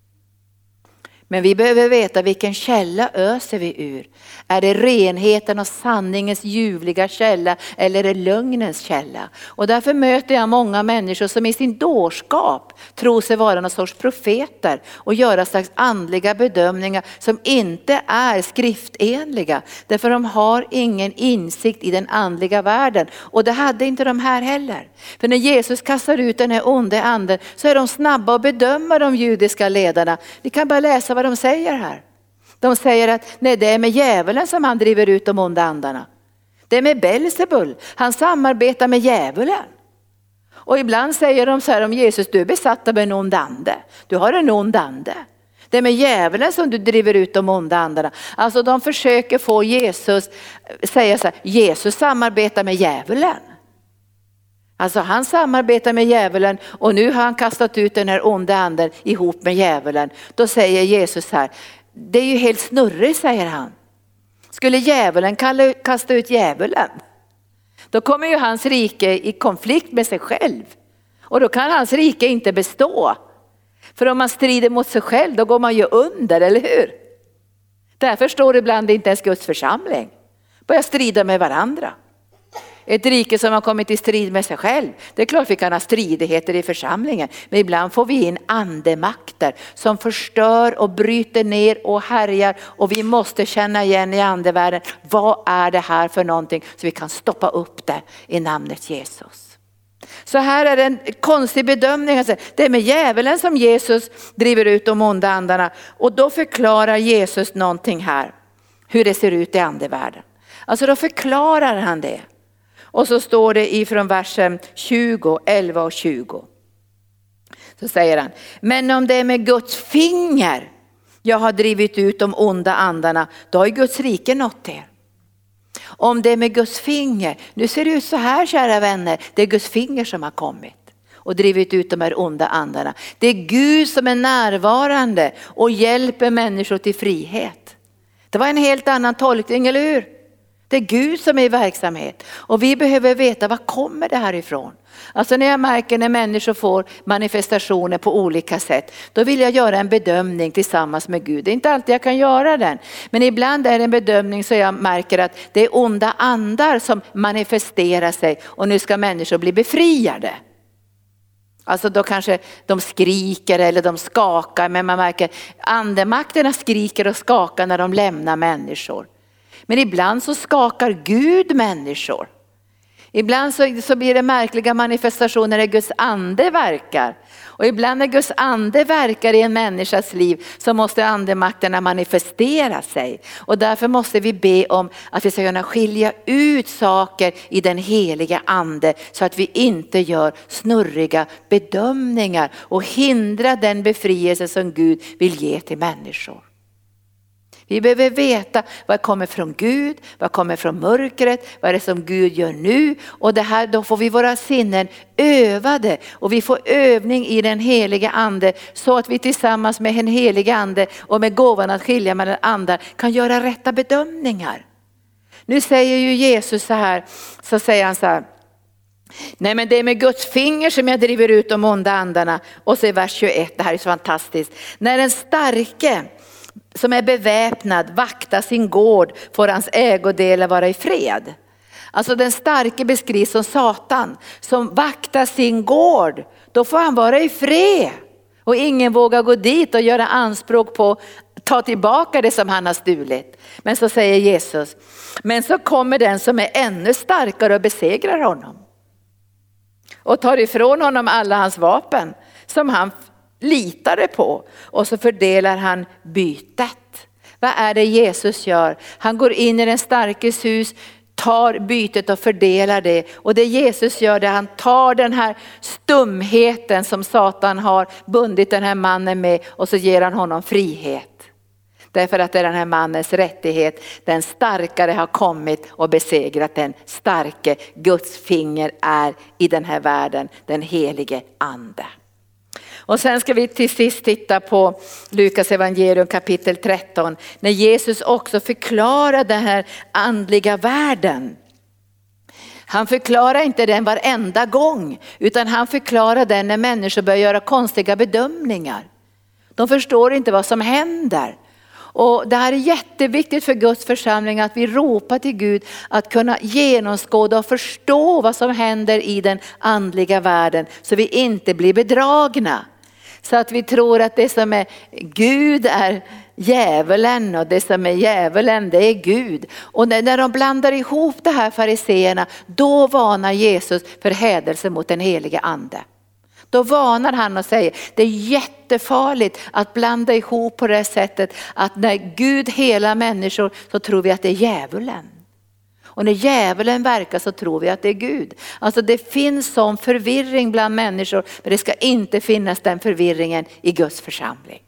Men vi behöver veta vilken källa öser vi ur. Är det renheten och sanningens ljuvliga källa eller är det lögnens källa? Och därför möter jag många människor som i sin dårskap tror sig vara någon sorts profeter och göra slags andliga bedömningar som inte är skriftenliga. Därför de har ingen insikt i den andliga världen. Och det hade inte de här heller. För när Jesus kastar ut den här onde anden så är de snabba att bedöma de judiska ledarna. Vi kan bara läsa vad de säger här. De säger att nej, det är med djävulen som han driver ut de onda andarna. Det är med Belzebul. Han samarbetar med djävulen. Och ibland säger de så här om Jesus, du är besatt av en ond ande. Du har en ond ande. Det är med djävulen som du driver ut de onda andarna. Alltså de försöker få Jesus säga så här, Jesus samarbetar med djävulen. Alltså han samarbetar med djävulen och nu har han kastat ut den här onda anden ihop med djävulen. Då säger Jesus här, det är ju helt snurrigt, säger han. Skulle djävulen kasta ut djävulen, då kommer ju hans rike i konflikt med sig själv. Och då kan hans rike inte bestå. För om man strider mot sig själv, då går man ju under, eller hur? Därför står det ibland inte ens Guds församling. Börja strida med varandra. Ett rike som har kommit i strid med sig själv. Det är klart vi kan ha stridigheter i församlingen. Men ibland får vi in andemakter som förstör och bryter ner och härjar. Och vi måste känna igen i andevärlden. Vad är det här för någonting? Så vi kan stoppa upp det i namnet Jesus. Så här är det en konstig bedömning. Det är med djävulen som Jesus driver ut de onda andarna. Och då förklarar Jesus någonting här. Hur det ser ut i andevärlden. Alltså då förklarar han det. Och så står det ifrån versen 20, 11 och 20. Så säger han, men om det är med Guds finger jag har drivit ut de onda andarna, då har ju Guds rike nått er. Om det är med Guds finger, nu ser det ut så här kära vänner, det är Guds finger som har kommit och drivit ut de här onda andarna. Det är Gud som är närvarande och hjälper människor till frihet. Det var en helt annan tolkning, eller hur? Det är Gud som är i verksamhet. Och vi behöver veta, var kommer det här ifrån? Alltså när jag märker när människor får manifestationer på olika sätt, då vill jag göra en bedömning tillsammans med Gud. Det är inte alltid jag kan göra den. Men ibland är det en bedömning så jag märker att det är onda andar som manifesterar sig. Och nu ska människor bli befriade. Alltså då kanske de skriker eller de skakar. Men man märker andemakterna skriker och skakar när de lämnar människor. Men ibland så skakar Gud människor. Ibland så blir det märkliga manifestationer när Guds ande verkar. Och ibland när Guds ande verkar i en människas liv så måste andemakterna manifestera sig. Och därför måste vi be om att vi ska kunna skilja ut saker i den heliga ande så att vi inte gör snurriga bedömningar och hindrar den befrielse som Gud vill ge till människor. Vi behöver veta vad kommer från Gud, vad kommer från mörkret, vad är det som Gud gör nu. Och det här, då får vi våra sinnen övade och vi får övning i den heliga ande så att vi tillsammans med den heliga ande och med gåvan att skilja mellan andar kan göra rätta bedömningar. Nu säger ju Jesus så här, så säger han så här: nej, men det är med Guds finger som jag driver ut de onda andarna. Och så i vers 21, det här är så fantastiskt. När den starke som är beväpnad vaktar sin gård får hans ägodelar vara i fred. Alltså den starke beskrivs som Satan som vaktar sin gård. Då får han vara i fred. Och ingen vågar gå dit och göra anspråk på att ta tillbaka det som han har stulit. Men så säger Jesus, men så kommer den som är ännu starkare och besegrar honom. Och tar ifrån honom alla hans vapen som han litade på, och så fördelar han bytet. Vad är det Jesus gör? Han går in i den starkes hus, tar bytet och fördelar det. Och det Jesus gör, det han tar den här stumheten som Satan har bundit den här mannen med, och så ger han honom frihet. Därför att det är den här mannens rättighet. Den starkare har kommit och besegrat den starke. Guds finger är i den här världen, den helige ande. Och sen ska vi till sist titta på Lukas evangelium kapitel 13. När Jesus också förklarar den här andliga världen. Han förklarar inte den varenda gång, utan han förklarar den när människor börjar göra konstiga bedömningar. De förstår inte vad som händer. Och det här är jätteviktigt för Guds församling, att vi ropar till Gud att kunna genomskåda och förstå vad som händer i den andliga världen, så vi inte blir bedragna. Så att vi tror att det som är Gud är djävulen och det som är djävulen det är Gud. Och när de blandar ihop det här, fariseerna, då varnar Jesus för hädelse mot den heliga ande. Då varnar han och säger, det är jättefarligt att blanda ihop på det sättet att när Gud helar människor så tror vi att det är djävulen. Och när djävulen verkar så tror vi att det är Gud. Alltså det finns sån förvirring bland människor, men det ska inte finnas den förvirringen i Guds församling.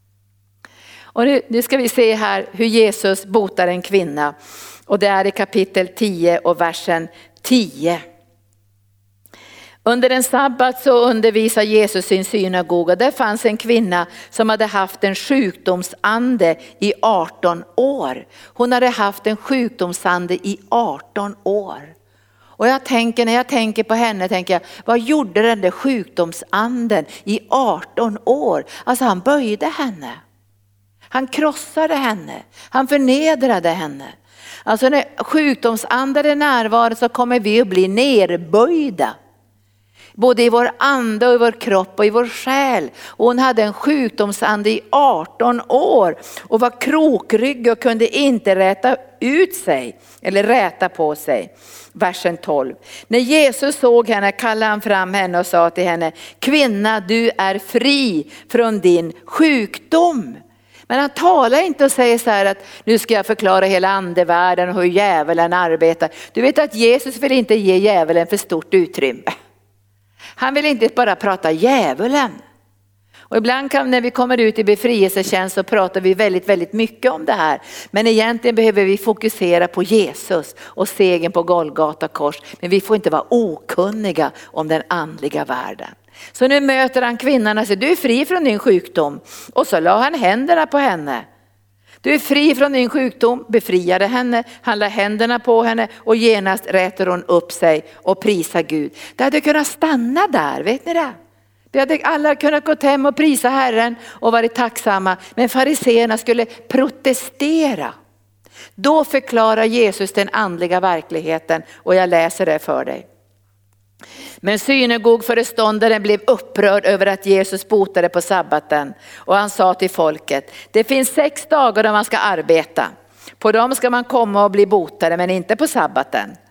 Och nu ska vi se här hur Jesus botar en kvinna. Och det är i kapitel 10 och versen 10. Under en sabbat så undervisar Jesus sin synagoga. Där fanns en kvinna som hade haft en sjukdomsande i 18 år. Hon hade haft en sjukdomsande i 18 år. Och när jag tänker på henne tänker jag, vad gjorde den där sjukdomsanden i 18 år? Alltså han böjde henne. Han krossade henne. Han förnedrade henne. Alltså när sjukdomsanden är närvarande så kommer vi att bli nerböjda. Både i vår ande och i vår kropp och i vår själ. Och hon hade en sjukdomsande i 18 år. Och var krokryggig och kunde inte räta ut sig. Eller räta på sig. Versen 12. När Jesus såg henne kallade han fram henne och sa till henne. Kvinna, du är fri från din sjukdom. Men han talar inte och säger så här att nu ska jag förklara hela andevärlden och hur djävulen arbetar. Du vet att Jesus vill inte ge djävulen för stort utrymme. Han vill inte bara prata djävulen. Och ibland när vi kommer ut i befrielsetjänst så pratar vi väldigt, väldigt mycket om det här. Men egentligen behöver vi fokusera på Jesus och segern på Golgata kors. Men vi får inte vara okunniga om den andliga världen. Så nu möter han kvinnan och säger, du är fri från din sjukdom. Och så la han händerna på henne. Du är fri från din sjukdom, befriade henne, han la händerna på henne och genast räter hon upp sig och prisar Gud. Det hade kunnat stanna där, vet ni det? Det hade alla kunnat gå hem och prisa Herren och varit tacksamma. Men fariseerna skulle protestera. Då förklarar Jesus den andliga verkligheten och jag läser det för dig. Men synagogföreståndaren blev upprörd över att Jesus botade på sabbaten. Och han sa till folket, det finns 6 dagar då man ska arbeta. På dem ska man komma och bli botade men inte på sabbaten.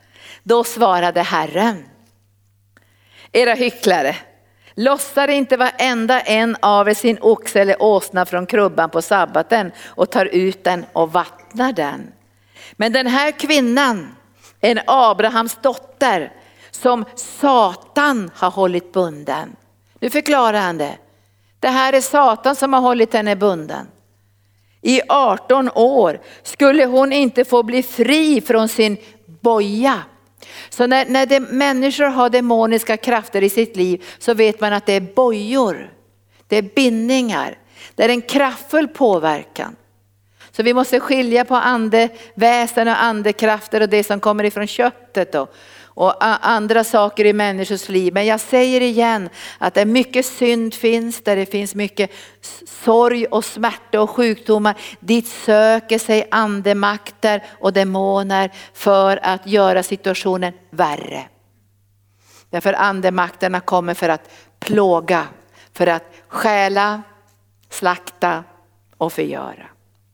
Då svarade Herren: era hycklare, lossar inte varenda en av er sin oxe eller åsna från krubban på sabbaten och tar ut den och vattnar den. Men den här kvinnan, en Abrahams dotter, som Satan har hållit bunden. Nu förklarar han det. Det här är Satan som har hållit henne bunden. I 18 år skulle hon inte få bli fri från sin boja. Så när människor har demoniska krafter i sitt liv så vet man att det är bojor. Det är bindningar. Det är en kraftfull påverkan. Så vi måste skilja på andeväsen och andekrafter och det som kommer ifrån köttet då. Och andra saker i människors liv. Men jag säger igen att det är mycket synd finns, där det finns mycket sorg och smärta och sjukdomar. Dit söker sig andemakter och demoner för att göra situationen värre. Därför andemakterna kommer för att plåga, för att stjäla, slakta och förgöra.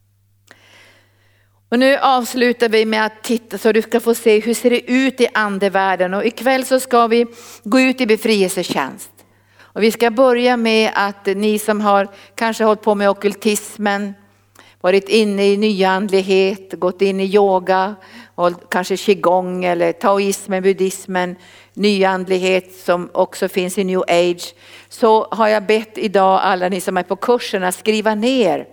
Och nu avslutar vi med att titta så du ska få se hur ser det ut i andevärlden. Och ikväll så ska vi gå ut i befrielsetjänst. Och vi ska börja med att ni som har kanske hållit på med ockultismen, varit inne i nyandlighet, gått in i yoga, och kanske qigong eller taoismen, buddhismen, nyandlighet som också finns i new age. Så har jag bett idag alla ni som är på kurserna skriva ner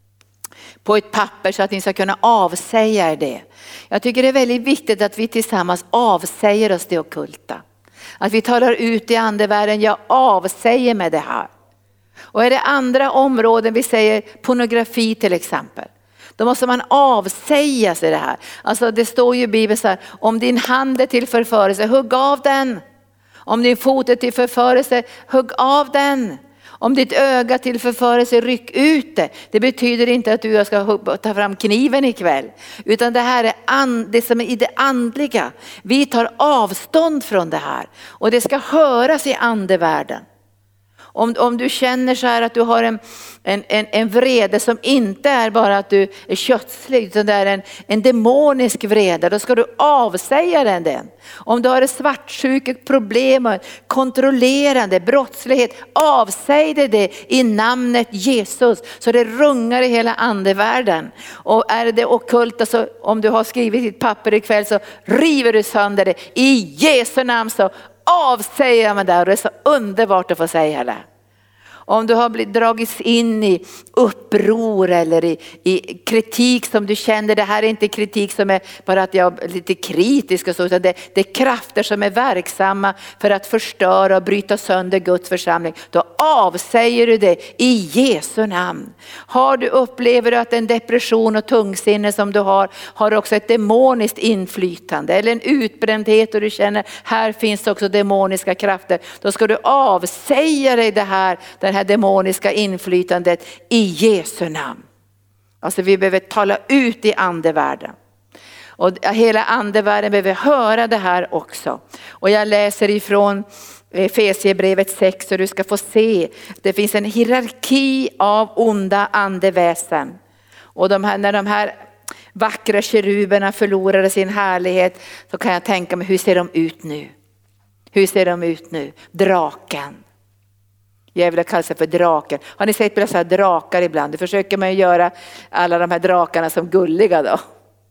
på ett papper så att ni ska kunna avsäga er det. Jag tycker det är väldigt viktigt att vi tillsammans avsäger oss det ockulta. Att vi talar ut i andevärlden, jag avsäger med det här. Och är det andra områden, vi säger pornografi till exempel, då måste man avsäga sig det här. Alltså det står ju i Bibeln så här, om din hand är till förförelse, hugg av den. Om din fot är till förförelse, hugg av den. Om ditt öga till förförelse, ryck ut det. Det betyder inte att du ska ta fram kniven ikväll. Utan det här är det som är i det andliga. Vi tar avstånd från det här. Och det ska höras i andevärlden. Om du känner så här att du har en vrede som inte är bara att du är kötslig, utan det är en demonisk vrede, då ska du avsäga den. Om du har ett svartsjukt problem, kontrollerande brottslighet, avsäg det i namnet Jesus så det rungar i hela andevärlden. Och är det ockulta, så om du har skrivit ditt papper ikväll så river du sönder det i Jesu namn, så avsäger man där. Och det är så underbart att få säga det. Om du har blivit dragits in i uppror eller i kritik som du känner, det här är inte kritik som är bara att jag är lite kritisk och så, utan det är krafter som är verksamma för att förstöra och bryta sönder Guds församling. Då avsäger du det i Jesu namn. Upplever du att en depression och tungsinne som du har också ett demoniskt inflytande eller en utbrändhet och du känner här finns också demoniska krafter, då ska du avsäga dig det här demoniska inflytandet i Jesu namn. Alltså vi behöver tala ut i andevärlden. Och hela andevärlden behöver höra det här också. Och jag läser ifrån Efesierbrevet 6 så du ska få se. Det finns en hierarki av onda andeväsen. Och när de här vackra keruberna förlorade sin härlighet så kan jag tänka mig, hur ser de ut nu? Hur ser de ut nu? Draken. Djävulen kallar sig för draken. Har ni sett på dessa drakar ibland? Det försöker man göra alla de här drakarna som gulliga då.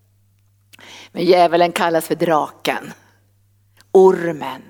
Men djävulen kallas för draken. Ormen.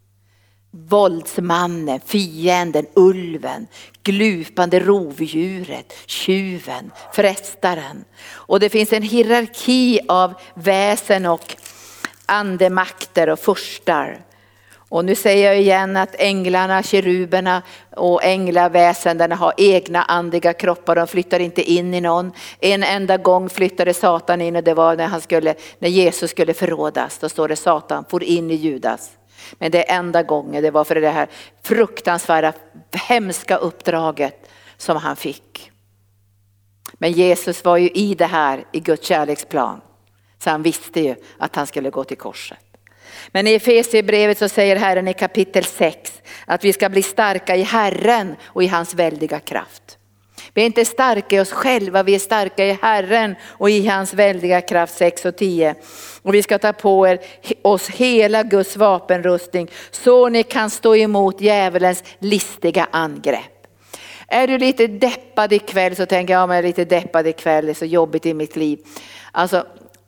Våldsmannen, fienden, ulven, glupande rovdjuret, tjuven, frestaren. Och det finns en hierarki av väsen och andemakter och furstar. Och nu säger jag igen att änglarna, keruberna och änglaväsendena har egna andliga kroppar. De flyttar inte in i någon. En enda gång flyttade Satan in och det var när Jesus skulle förrådas. Då står det Satan for in i Judas. Men det enda gången, det var för det här fruktansvärda, hemska uppdraget som han fick. Men Jesus var ju i det här i Guds kärleksplan. Så han visste ju att han skulle gå till korset. Men i Efesierbrevet så säger Herren i kapitel 6 att vi ska bli starka i Herren och i hans väldiga kraft. Vi är inte starka i oss själva, vi är starka i Herren och i hans väldiga kraft. 6 och 10. Och vi ska ta på oss hela Guds vapenrustning så ni kan stå emot djävulens listiga angrepp. Är du lite deppad ikväll så tänker jag, men jag är lite deppad ikväll, det är så jobbigt i mitt liv. Alltså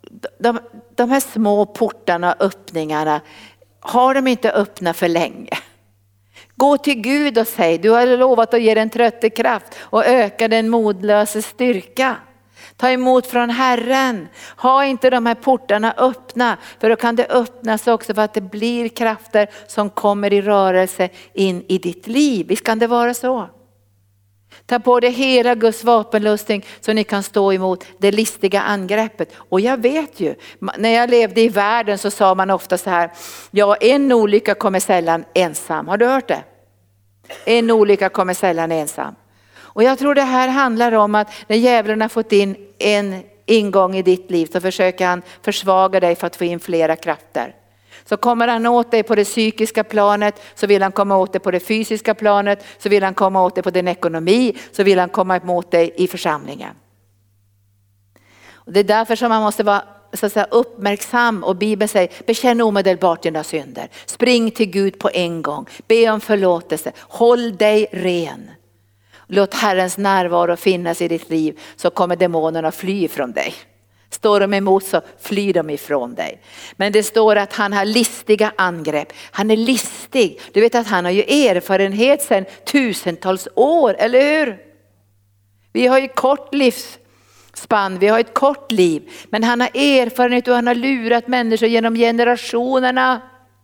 de här små portarna och öppningarna, har de inte öppnat för länge? Gå till Gud och säg, du har lovat att ge den trötte kraft och öka den modlösa styrka. Ta emot från Herren. Ha inte de här portarna öppna, för då kan det öppnas också för att det blir krafter som kommer i rörelse in i ditt liv. Visst kan det vara så? Ta på dig hela Guds vapenrustning så ni kan stå emot det listiga angreppet. Och jag vet ju, när jag levde i världen så sa man ofta så här, ja, en olycka kommer sällan ensam. Har du hört det? En olycka kommer sällan ensam. Och jag tror det här handlar om att när djävulen har fått in en ingång i ditt liv så försöker han försvaga dig för att få in flera krafter. Så kommer han åt dig på det psykiska planet, så vill han komma åt dig på det fysiska planet, så vill han komma åt dig på din ekonomi, så vill han komma åt dig i församlingen. Och det är därför som man måste vara så att säga uppmärksam, och Bibeln säger, bekänn omedelbart dina synder. Spring till Gud på en gång, be om förlåtelse, håll dig ren. Låt Herrens närvaro finnas i ditt liv, så kommer demonerna fly från dig. Står de emot så flyr de ifrån dig. Men det står att han har listiga angrepp. Han är listig. Du vet att han har ju erfarenhet sedan tusentals år, eller hur? Vi har ju kort livsspann, vi har ett kort liv. Men han har erfarenhet och han har lurat människor genom generationerna.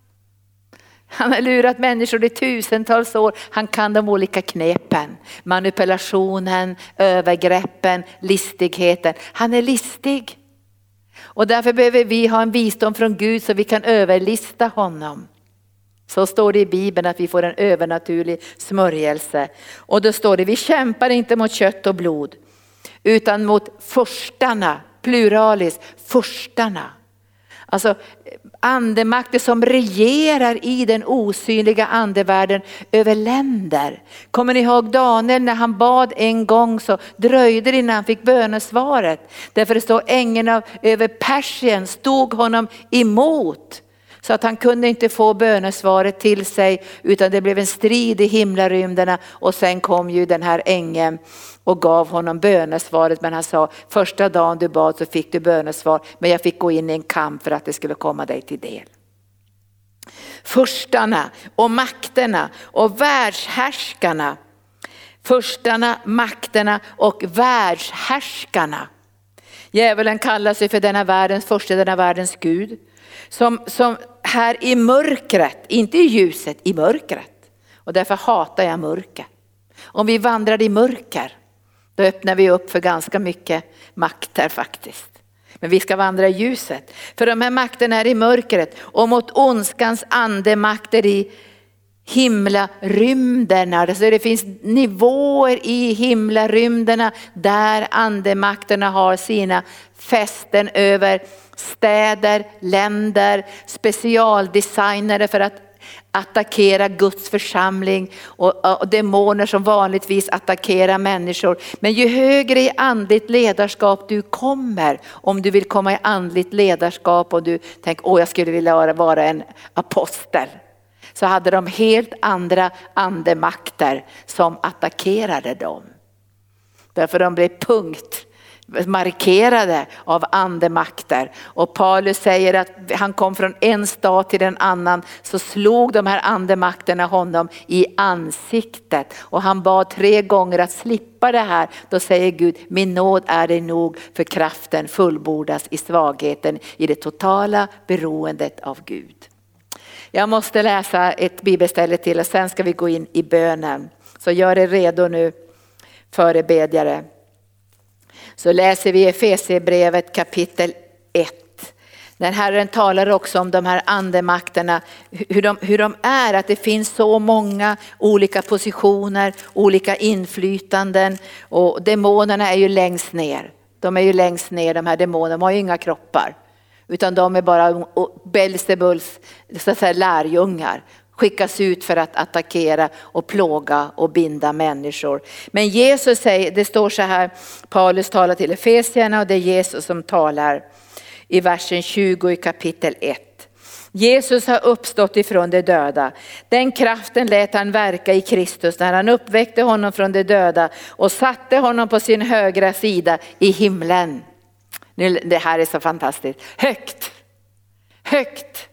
Han har lurat människor i tusentals år. Han kan de olika knepen. Manipulationen, övergreppen, listigheten. Han är listig. Och därför behöver vi ha en visdom från Gud så vi kan överlista honom. Så står det i Bibeln att vi får en övernaturlig smörjelse. Och då står det, vi kämpar inte mot kött och blod, utan mot förstarna, pluralis, förstarna. Alltså andemakter som regerar i den osynliga andevärlden över länder. Kommer ni ihåg Daniel när han bad en gång, så dröjde det innan han fick bönesvaret. Därför det står ängeln över Persien stod honom emot. Så att han kunde inte få bönesvaret till sig, utan det blev en strid i himlarymderna. Och sen kom ju den här ängeln och gav honom bönesvaret. Men han sa, första dagen du bad så fick du bönesvar, men jag fick gå in i en kamp för att det skulle komma dig till del. Förstarna och makterna och världshärskarna. Förstarna, makterna och världshärskarna. Djävulen kallar sig för denna världens första, denna världens Gud. Som här i mörkret, inte i ljuset, i mörkret. Och därför hatar jag mörker. Om vi vandrar i mörker, då öppnar vi upp för ganska mycket makter faktiskt. Men vi ska vandra i ljuset. För de här makterna är i mörkret och mot ondskans andemakter i himlarymderna. Så det finns nivåer i himlarymderna där andemakterna har sina fästen över städer, länder, specialdesignade för att attackera Guds församling och demoner som vanligtvis attackerar människor. Men ju högre i andligt ledarskap du kommer, om du vill komma i andligt ledarskap och du tänker, jag skulle vilja vara en apostel, så hade de helt andra andemakter som attackerade dem. Därför de blev markerade av andemakter. Och Paulus säger att han kom från en stad till en annan, så slog de här andemakterna honom i ansiktet. Och han bad 3 gånger att slippa det här. Då säger Gud, min nåd är det nog, för kraften fullbordas i svagheten, i det totala beroendet av Gud. Jag måste läsa ett bibelställe till och sen ska vi gå in i bönen. Så gör er redo nu, förebedjare. Så läser vi Efesierbrevet kapitel 1. När Herren talar också om de här andemakterna, hur de är, att det finns så många olika positioner, olika inflytanden, och demonerna är ju längst ner. De är ju längst ner, de här demonerna, de har ju inga kroppar. Utan de är bara Belzebuls så att säga lärjungar. skickas ut för att attackera och plåga och binda människor. Men Jesus säger, det står så här, Paulus talar till Efesierna och det är Jesus som talar i versen 20 i kapitel 1. Jesus har uppstått ifrån de döda. Den kraften lät han verka i Kristus när han uppväckte honom från de döda och satte honom på sin högra sida i himlen. Det här är så fantastiskt. Högt.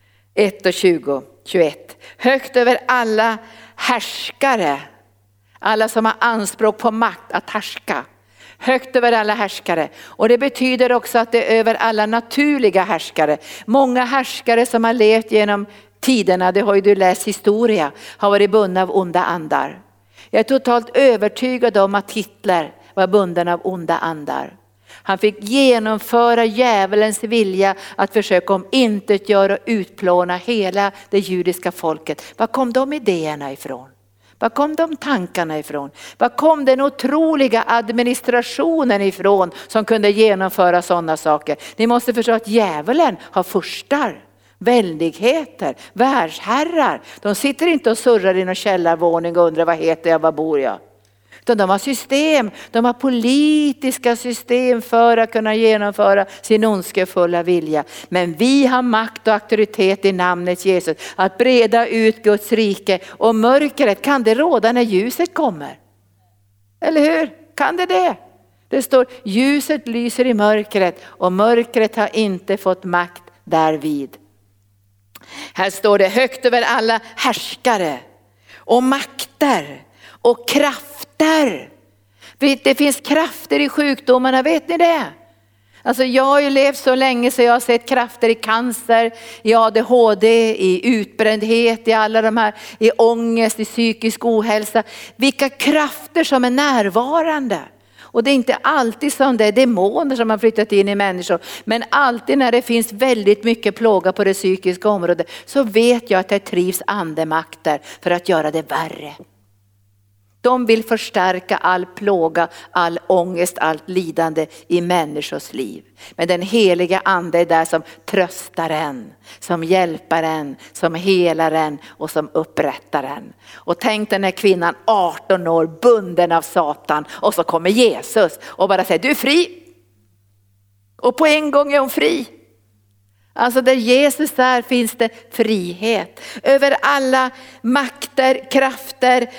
1:20-21. Högt över alla härskare. Alla som har anspråk på makt att härska. Högt över alla härskare. Och det betyder också att det är över alla naturliga härskare. Många härskare som har levt genom tiderna, det har ju du läst historia, har varit bundna av onda andar. Jag är totalt övertygad om att Hitler var bunden av onda andar. Han fick genomföra djävulens vilja att försöka omintetgöra och utplåna hela det judiska folket. Var kom de idéerna ifrån? Var kom de tankarna ifrån? Var kom den otroliga administrationen ifrån som kunde genomföra sådana saker? Ni måste förstå att djävulen har furstar, väldigheter, världsherrar. De sitter inte och surrar i någon källarvåning och undrar vad heter jag, var bor jag? Utan de har system, de har politiska system för att kunna genomföra sin ondskefulla vilja. Men vi har makt och auktoritet i namnet Jesus att breda ut Guds rike, och mörkret, kan det råda när ljuset kommer? Eller hur? Kan det? Det står ljuset lyser i mörkret och mörkret har inte fått makt därvid. Här står det högt över alla härskare och makter och krafter. Det finns krafter i sjukdomarna, vet ni det? Alltså jag har ju levt så länge så jag har sett krafter i cancer, i ADHD, i utbrändhet, i alla de här, i ångest, i psykisk ohälsa. Vilka krafter som är närvarande. Och det är inte alltid som det är demoner som har flyttat in i människor. Men alltid när det finns väldigt mycket plåga på det psykiska området så vet jag att det trivs andemakter för att göra det värre. De vill förstärka all plåga, all ångest, allt lidande i människors liv. Men den heliga ande är där som tröstar en, som hjälper en, som helar en och som upprättar en. Och tänk den här kvinnan 18 år bunden av Satan och så kommer Jesus och bara säger du är fri. Och på en gång är hon fri. Alltså där Jesus är finns det frihet. Över alla makter, krafter,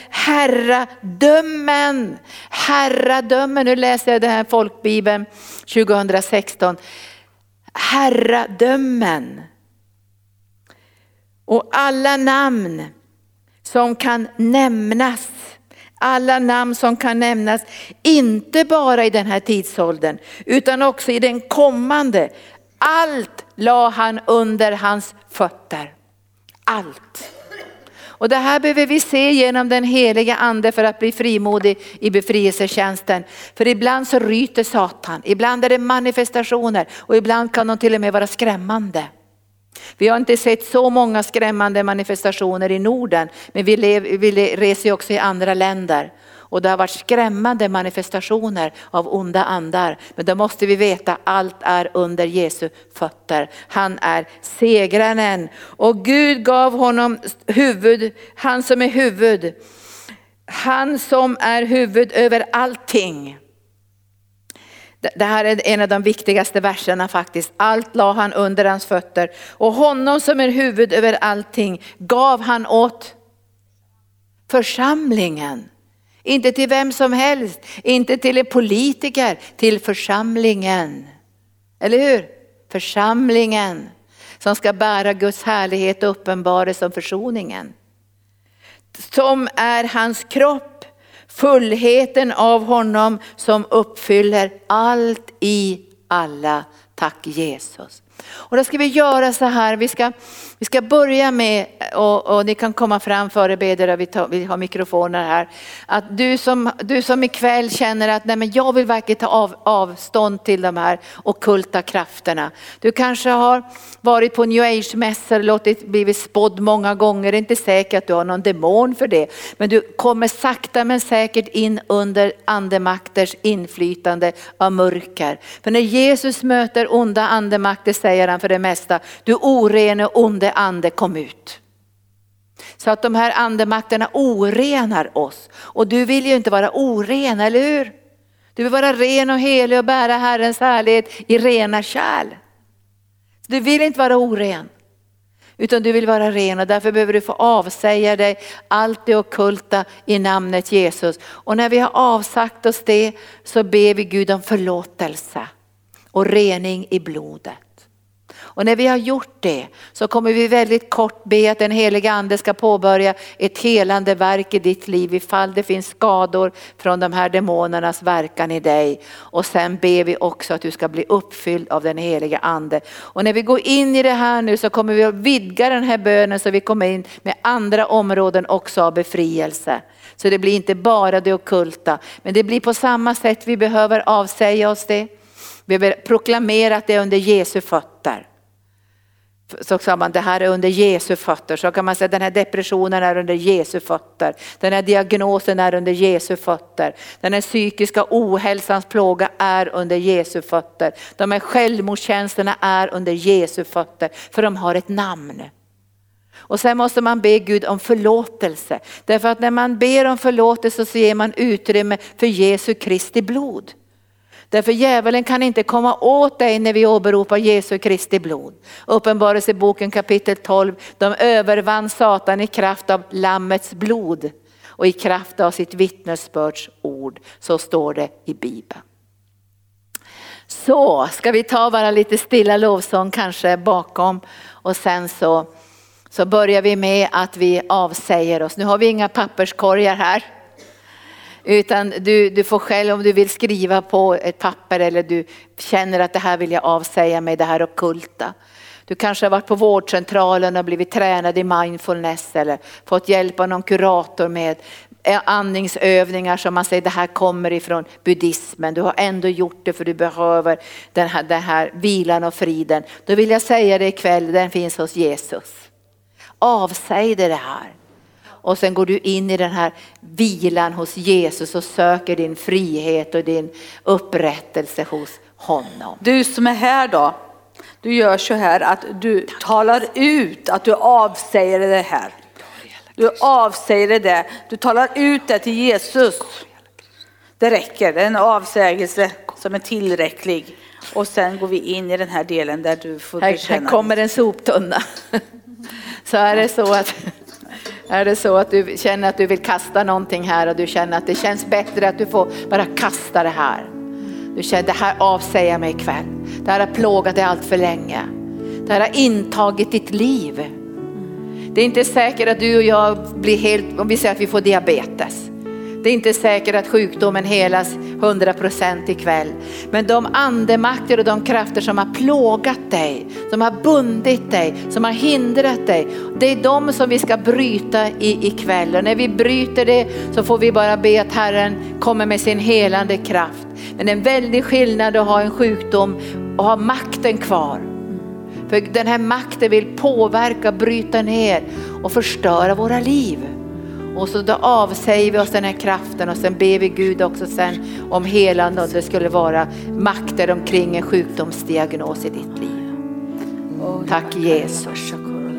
herradömen. Herradömen, nu läser jag det här folkbibeln 2016. Herradömen. Och alla namn som kan nämnas. Alla namn som kan nämnas. Inte bara i den här tidsåldern utan också i den kommande. Allt la han under hans fötter. Allt. Och det här behöver vi se genom den heliga ande för att bli frimodig i befrielsetjänsten. För ibland så ryter Satan. Ibland är det manifestationer. Och ibland kan de till och med vara skrämmande. Vi har inte sett så många skrämmande manifestationer i Norden. Men vi reser också i andra länder. Och det har varit skrämmande manifestationer av onda andar. Men då måste vi veta att allt är under Jesu fötter. Han är segraren. Och Gud gav honom huvud. Han som är huvud. Han som är huvud över allting. Det här är en av de viktigaste verserna faktiskt. Allt la han under hans fötter. Och honom som är huvud över allting gav han åt församlingen. Inte till vem som helst, inte till en politiker, till församlingen. Eller hur? Församlingen som ska bära Guds härlighet och uppenbara som försoningen. Som är hans kropp, fullheten av honom som uppfyller allt i alla. Tack Jesus. Och då ska vi göra så här, vi ska börja med, och ni kan komma fram före bedare, vi har mikrofoner här. Att du som ikväll känner att nej men jag vill verkligen ta avstånd till de här ockulta krafterna. Du kanske har varit på New Age-mässor, låtit blivit spådd många gånger. Det är inte säkert att du har någon demon för det. Men du kommer sakta men säkert in under andemakters inflytande av mörker. För när Jesus möter onda andemakter säger han för det mesta, du orene onde ande kom ut. Så att de här andemakterna orenar oss. Och du vill ju inte vara oren, eller hur? Du vill vara ren och helig och bära Herrens härlighet i rena kärl. Du vill inte vara oren, utan du vill vara ren, och därför behöver du få avsäga dig allt det ockulta i namnet Jesus. Och när vi har avsagt oss det, så ber vi Gud om förlåtelse och rening i blodet. Och när vi har gjort det, så kommer vi väldigt kort be att den heliga ande ska påbörja ett helande verk i ditt liv ifall det finns skador från de här demonernas verkan i dig. Och sen ber vi också att du ska bli uppfylld av den heliga ande. Och när vi går in i det här nu, så kommer vi att vidga den här bönen, så vi kommer in med andra områden också av befrielse. Så det blir inte bara det ockulta, men det blir på samma sätt vi behöver avsäga oss det. Vi behöver proklamera att det är under Jesu fötter. Så sa man, det här är under Jesu fötter. Så kan man säga, den här depressionen är under Jesu fötter. Den här diagnosen är under Jesu fötter. Den här psykiska ohälsans plåga är under Jesu fötter. De här självmordstjänsterna är under Jesu fötter. För de har ett namn. Och sen måste man be Gud om förlåtelse. Därför att när man ber om förlåtelse, så ger man utrymme för Jesu Kristi blod. Därför djävulen kan inte komma åt dig när vi åberopar Jesu Kristi blod. Uppenbarelseboken kapitel 12. De övervann Satan i kraft av lammets blod och i kraft av sitt vittnesbörds ord. Så står det i Bibeln. Så ska vi ta bara lite stilla lovsång kanske bakom. Och sen så börjar vi med att vi avsäger oss. Nu har vi inga papperskorgar här. Utan du får själv, om du vill skriva på ett papper, eller du känner att det här vill jag avsäga mig, det här ockulta. Du kanske har varit på vårdcentralen och blivit tränad i mindfulness, eller fått hjälp av någon kurator med andningsövningar som man säger, det här kommer ifrån buddhismen. Du har ändå gjort det för du behöver den här vilan och friden. Då vill jag säga det ikväll, den finns hos Jesus. Avsäg det här. Och sen går du in i den här vilan hos Jesus och söker din frihet och din upprättelse hos honom. Du som är här då, du gör så här att du talar ut att du avsäger det här. Du avsäger det. Du talar ut det till Jesus. Det räcker, det är en avsägelse som är tillräcklig. Och sen går vi in i den här delen där du får bekänna. Här kommer en soptunna. Så är det så att du känner att du vill kasta någonting här, och du känner att det känns bättre att du får bara kasta det här. Du känner, det här avsäger mig ikväll. Det här har plågat dig allt för länge. Det här har intagit ditt liv. Det är inte säkert att du och jag blir helt, om vi säger att vi får diabetes. Det är inte säkert att sjukdomen helas 100% ikväll. Men de andemakter och de krafter som har plågat dig, som har bundit dig, som har hindrat dig, det är de som vi ska bryta ikväll. Och när vi bryter det, så får vi bara be att Herren kommer med sin helande kraft. Men det är en väldig skillnad att ha en sjukdom och ha makten kvar. För den här makten vill påverka, bryta ner och förstöra våra liv. Och så då avsäger vi oss den här kraften, och sen ber vi Gud också sen om helande, och det skulle vara makter omkring en sjukdomsdiagnos i ditt liv. Tack Jesus.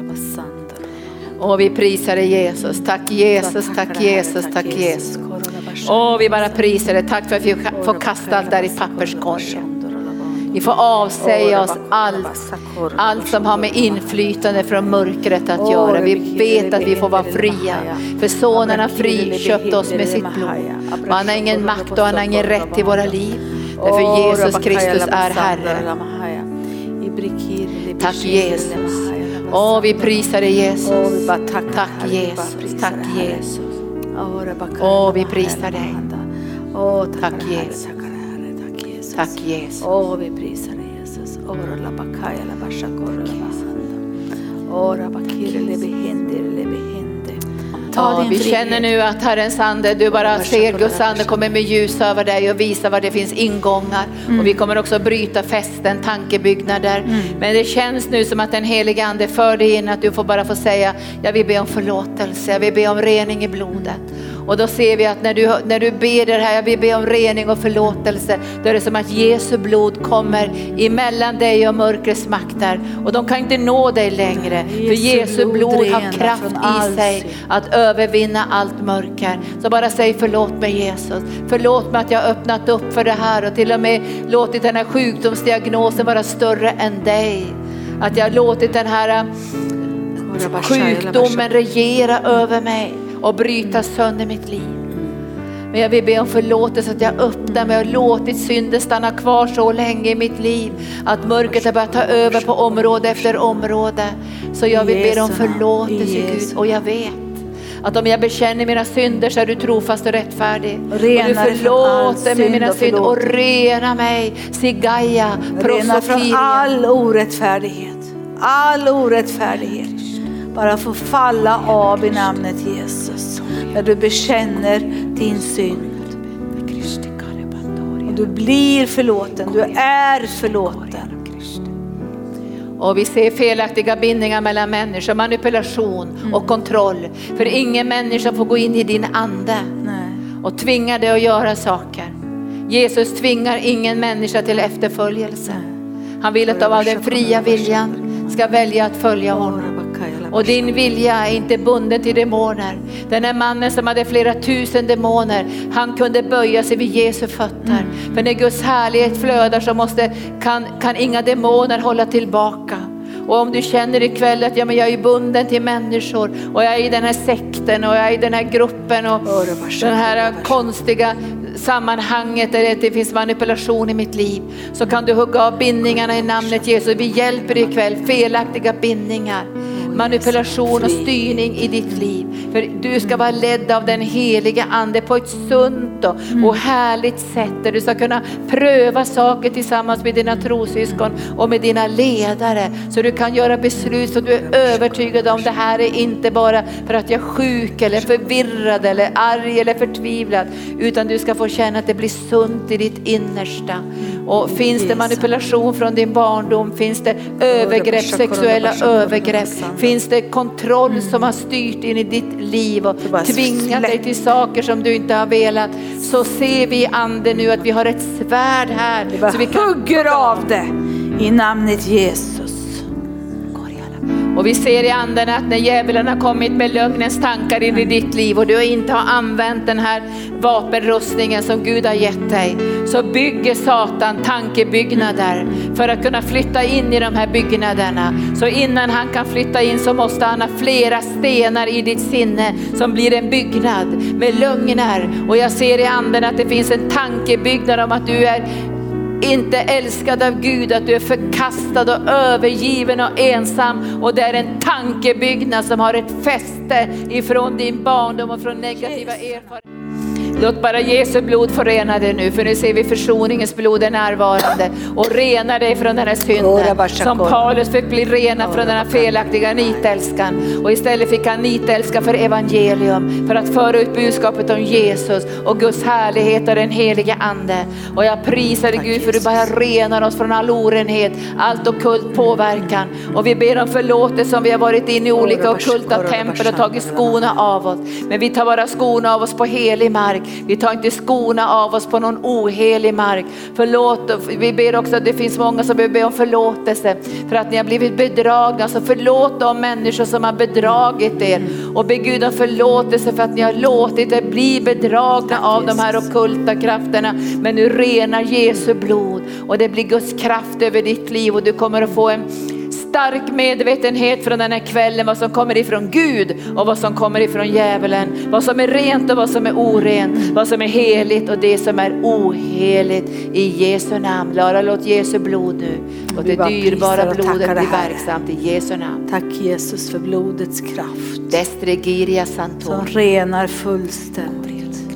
Och vi prisar dig Jesus. Tack Jesus, tack Jesus, tack Jesus. Och vi bara prisar dig. Tack för att vi får kasta allt där i papperskorgen. Vi får avsäga oss allt som har med inflytande från mörkret att göra. Vi vet att vi får vara fria. För sonen har friköpt oss med sitt blod. Han har ingen makt och han har ingen rätt till våra liv. Därför Jesus Kristus är Herre. Tack Jesus. Åh, vi prisar dig Jesus. Tack Jesus. Tack Jesus. Åh, vi prisar dig. Tack Jesus. Tack Jesus. Åh, vi prisar dig Jesus. Ora bakaya la bashakora la bahanda. Ora bakire le behende. Ja, vi känner nu att Herrens ande, du bara ser Guds ande kommer med ljus över dig och visar var det finns ingångar. Och vi kommer också bryta fästen, tankebyggnader. Men det känns nu som att den heliga ande för dig in, att du får bara få säga, jag vill be om förlåtelse, jag vill be om rening i blodet. Och då ser vi att när du ber det här, jag vill be om rening och förlåtelse, då är det som att Jesu blod kommer emellan dig och mörkrets makter. Och de kan inte nå dig längre. För Jesu blod har kraft i sig att övervinna allt mörker. Så bara säg förlåt mig Jesus. Förlåt mig att jag har öppnat upp för det här och till och med låtit den här sjukdomsdiagnosen vara större än dig. Att jag har låtit den här sjukdomen regera över mig och bryta sönder mitt liv. Men jag vill be om förlåtelse att jag öppnar mig och låtit synden stanna kvar så länge i mitt liv. Att mörkret har börjat ta över på område efter område. Så jag vill be om förlåtelse Gud. Och jag vet att om jag bekänner mina synder så är du trofast och rättfärdig. Och du förlåter mig mina synder och rena mig. Sigaya, rena från all orättfärdighet. All orättfärdighet. Bara få falla av i namnet Jesus. När du bekänner din synd. Och du blir förlåten. Du är förlåten. Och vi ser felaktiga bindningar mellan människor, manipulation och kontroll. För ingen människa får gå in i din ande och tvinga dig att göra saker. Jesus tvingar ingen människa till efterföljelse. Han vill att av den fria viljan ska välja att följa honom. Och din vilja är inte bunden till demoner. Den här mannen som hade flera tusen demoner, han kunde böja sig vid Jesu fötter. För när Guds härlighet flödar så kan inga demoner hålla tillbaka. Och om du känner ikväll att jag är bunden till människor och jag är i den här sekten och jag är i den här gruppen och den här konstiga sammanhanget där det finns manipulation i mitt liv, så kan du hugga av bindningarna i namnet Jesus. Vi hjälper dig ikväll, felaktiga bindningar, manipulation och styrning i ditt liv. För du ska vara ledd av den heliga ande på ett sunt och härligt sätt, där du ska kunna pröva saker tillsammans med dina trossyskon och med dina ledare, så du kan göra beslut så du är övertygad om det här är inte bara för att jag är sjuk eller förvirrad eller arg eller förtvivlad, utan du ska få känna att det blir sunt i ditt innersta. Och finns det manipulation från din barndom, finns det övergrepp, sexuella övergrepp, finns det kontroll som har styrt in i ditt liv och tvingat dig till saker som du inte har velat, så ser vi i anden nu att vi har ett svärd här, så vi hugger av det i namnet Jesus. Och vi ser i anden att när djävulen har kommit med lögnens tankar in i ditt liv och du inte har använt den här vapenrustningen som Gud har gett dig, så bygger Satan tankebyggnader för att kunna flytta in i de här byggnaderna. Så innan han kan flytta in så måste han ha flera stenar i ditt sinne som blir en byggnad med lögner. Och jag ser i anden att det finns en tankebyggnad om att du är inte älskad av Gud, att du är förkastad och övergiven och ensam, och det är en tankebyggnad som har ett fäste ifrån din barndom och från negativa erfarenheter. Låt bara Jesu blod få rena dig nu, för nu ser vi försoningens blod är närvarande och rena dig från den här synden. Som Paulus fick bli renad från den här felaktiga nitälskan, och istället fick han nitälska för evangelium, för att föra ut budskapet om Jesus och Guds härlighet och den heliga ande. Och jag prisar dig Gud för du bara renar oss från all orenhet, allt ockult påverkan. Och vi ber om förlåtelse om vi har varit inne i olika ockulta tempel och tagit skorna av oss. Men vi tar bara skorna av oss på helig mark. Vi tar inte skorna av oss på någon ohelig mark. Förlåt. Vi ber också att det finns många som behöver be om förlåtelse för att ni har blivit bedragna. Så förlåt de människor som har bedragit er. Och be Gud om förlåtelse för att ni har låtit er bli bedragna av de här ockulta krafterna. Men nu renar Jesu blod och det blir Guds kraft över ditt liv, och du kommer att få en stark medvetenhet från den här kvällen, vad som kommer ifrån Gud och vad som kommer ifrån djävulen, vad som är rent och vad som är orent, vad som är heligt och det som är oheligt, i Jesu namn. Lara, låt Jesu blod nu, låt det dyrbara blodet bli verksamt i Jesu namn. Tack Jesus för blodets kraft Destregiria Santor, som renar fullständigt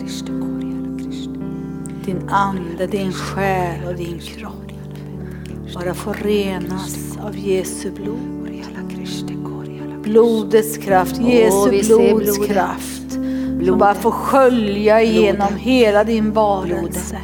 din ande, din själ och din kropp. Bara får renas av Jesu blod. Blodets kraft, Jesu blods kraft. Som bara får skölja igenom hela din varelse.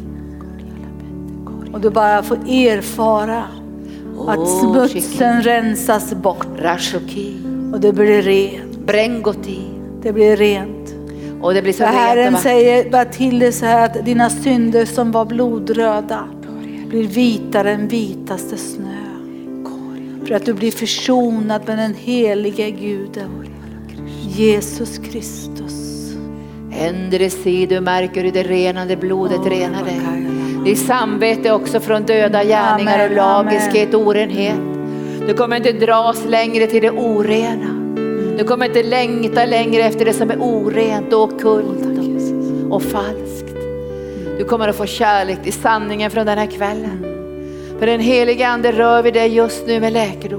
Och du bara får erfara att smutsen rensas bort. Och det blir rent. Brengoti. Det blir rent. Och det blir så Herren säger bara till dig så här att dina synder som var blodröda blir vitare än vitaste snö. För att du blir försonad med den helige Guden, Jesus Kristus. Ändre si, du märker hur det renande blodet renar dig. Ditt samvete också från döda gärningar och lagiskhet och orenhet. Du kommer inte dras längre till det orena. Du kommer inte längta längre efter det som är orent och ockult och falskt. Du kommer att få kärlek till sanningen från den här kvällen. För den heliga ande rör vi dig just nu med läkedom.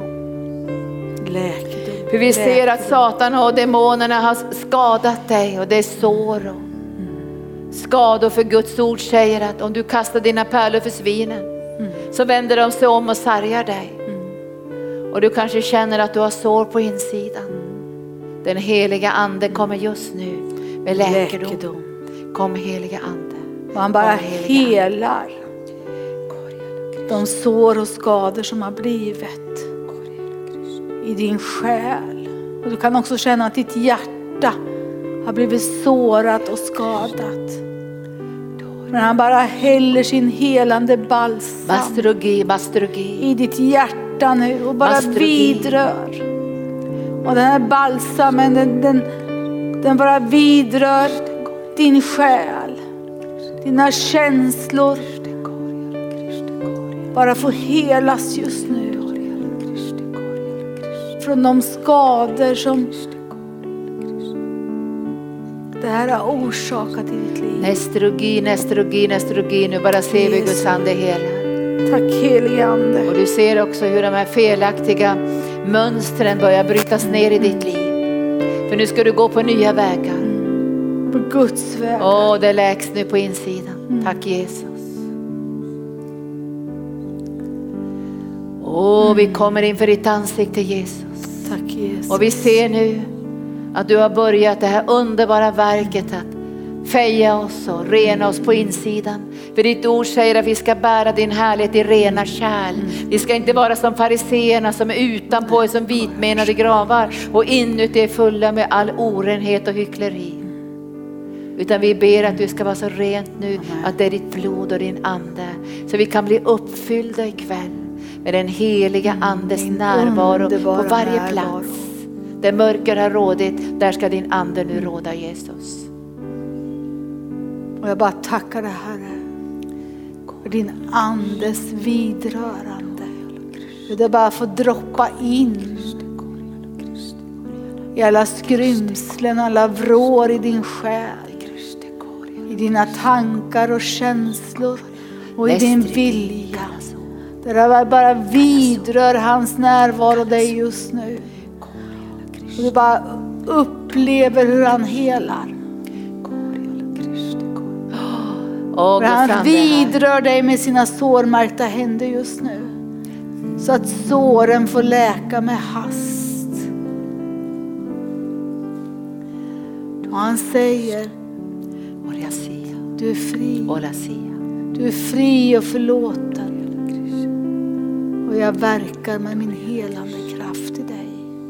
För vi ser att Satan och demonerna har skadat dig och det är sår och skador. För Guds ord säger att om du kastar dina pärlor för svinen så vänder de sig om och sargar dig. Och du kanske känner att du har sår på insidan. Den heliga ande kommer just nu med läkedom. Kom heliga ande. Och han bara helar de sår och skador som har blivit i din själ. Och du kan också känna att ditt hjärta har blivit sårat och skadat. Men han bara häller sin helande balsam Mastrogi. i ditt hjärta nu och bara vidrör. Och den här balsamen den bara vidrör din själ, dina känslor. Bara få helas just nu från de skador som det här har orsakat i ditt liv. Nestrogi. Nu bara ser vi Guds ande helar. Tack helige ande. Och du ser också hur de här felaktiga mönstren börjar brytas ner i ditt liv. För nu ska du gå på nya vägar. På Guds vägar. Det läks nu på insidan. Tack Jesus. Vi kommer inför ditt ansikte Jesus. Tack Jesus. Och vi ser nu att du har börjat det här underbara verket att feja oss och rena oss på insidan. För ditt ord säger att vi ska bära din härlighet i rena kärl. Vi ska inte vara som fariseerna som är utanpå är som vitmenade gravar och inuti är fulla med all orenhet och hyckleri. Utan vi ber att du ska vara så rent nu att det är ditt blod och din ande. Så vi kan bli uppfyllda ikväll med den heliga andes närvaro på varje plats. Där mörker har rådit, där ska din ande nu råda Jesus. Och jag bara tackar dig Herre för din andes vidrörande. Hur det bara får droppa in i alla skrymslen, alla vrår i din själ. I dina tankar och känslor och i din vilja. Där det bara vidrör hans närvaro dig just nu. Och du bara upplever hur han helar. För han vidrör dig med sina sårmärkta händer just nu. Så att såren får läka med hast. Och han säger: du är fri. Du är fri och förlåten. Och jag verkar med min helande kraft i dig.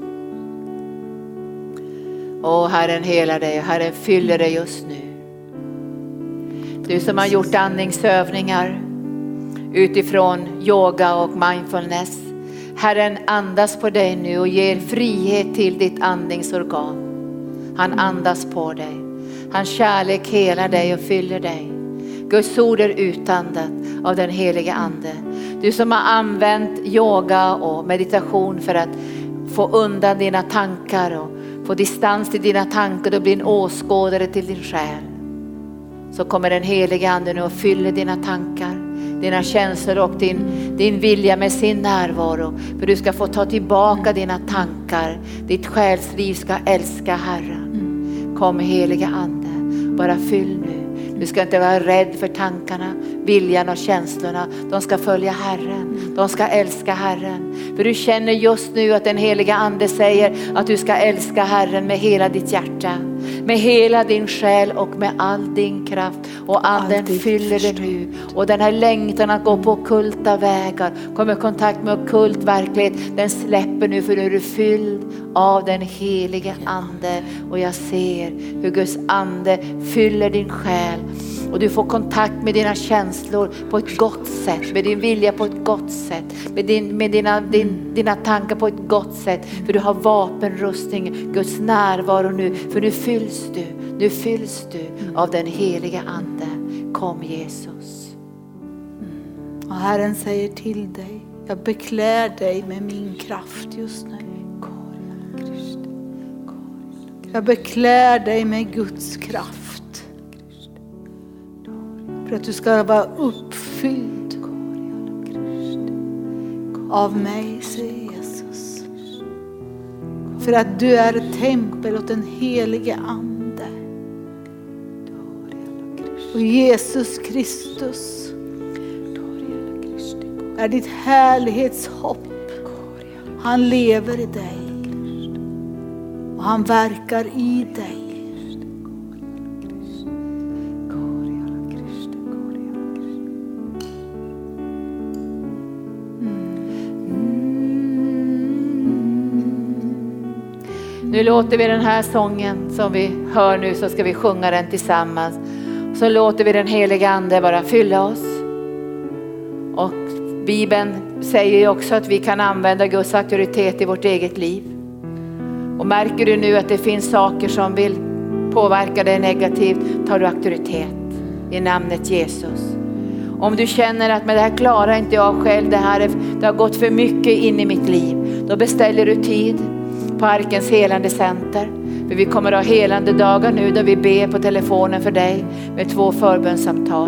Herren helar dig och Herren fyller dig just nu. Du som har gjort andningsövningar utifrån yoga och mindfulness. Herren andas på dig nu och ger frihet till ditt andningsorgan. Han andas på dig. Hans kärlek helar dig och fyller dig. Guds ord är utandat av den heliga ande. Du som har använt yoga och meditation för att få undan dina tankar och få distans till dina tankar och bli en åskådare till din själ. Så kommer den heliga ande nu och fyller dina tankar, dina känslor och din vilja med sin närvaro. För du ska få ta tillbaka dina tankar. Ditt själsliv ska älska Herren. Kom heliga ande, bara fyll nu. Du ska inte vara rädd för tankarna, viljan och känslorna. De ska följa Herren. De ska älska Herren. För du känner just nu att den heliga ande säger att du ska älska Herren med hela ditt hjärta. med hela din själ och med all din kraft. Och anden fyller det nu. Och den här längtan att gå på ockulta vägar, komma i kontakt med ockult verklighet, den släpper nu, för nu är du fylld av den helige ande. Och jag ser hur Guds ande fyller din själ. Och du får kontakt med dina känslor på ett gott sätt. Med din vilja på ett gott sätt. Med dina tankar på ett gott sätt. För du har vapenrustning, Guds närvaro nu. För nu fylls du av den heliga ande. Kom Jesus. Och Herren säger till dig: jag beklär dig med min kraft just nu. Jag beklär dig med Guds kraft. För att du ska vara uppfylld av mig, säger Jesus. För att du är ett tempel åt den helige ande. Och Jesus Kristus är ditt härlighetshopp. Han lever i dig. Och han verkar i dig. Nu låter vi den här sången som vi hör nu, så ska vi sjunga den tillsammans. Så låter vi den heliga ande bara fylla oss. Och Bibeln säger ju också att vi kan använda Guds auktoritet i vårt eget liv. Och märker du nu att det finns saker som vill påverka dig negativt, tar du auktoritet i namnet Jesus. Om du känner att med det här klarar inte jag själv, det har gått för mycket in i mitt liv, då beställer du tid på Arkens helande center. För vi kommer att ha helande dagar nu, där vi ber på telefonen för dig med 2 förbönssamtal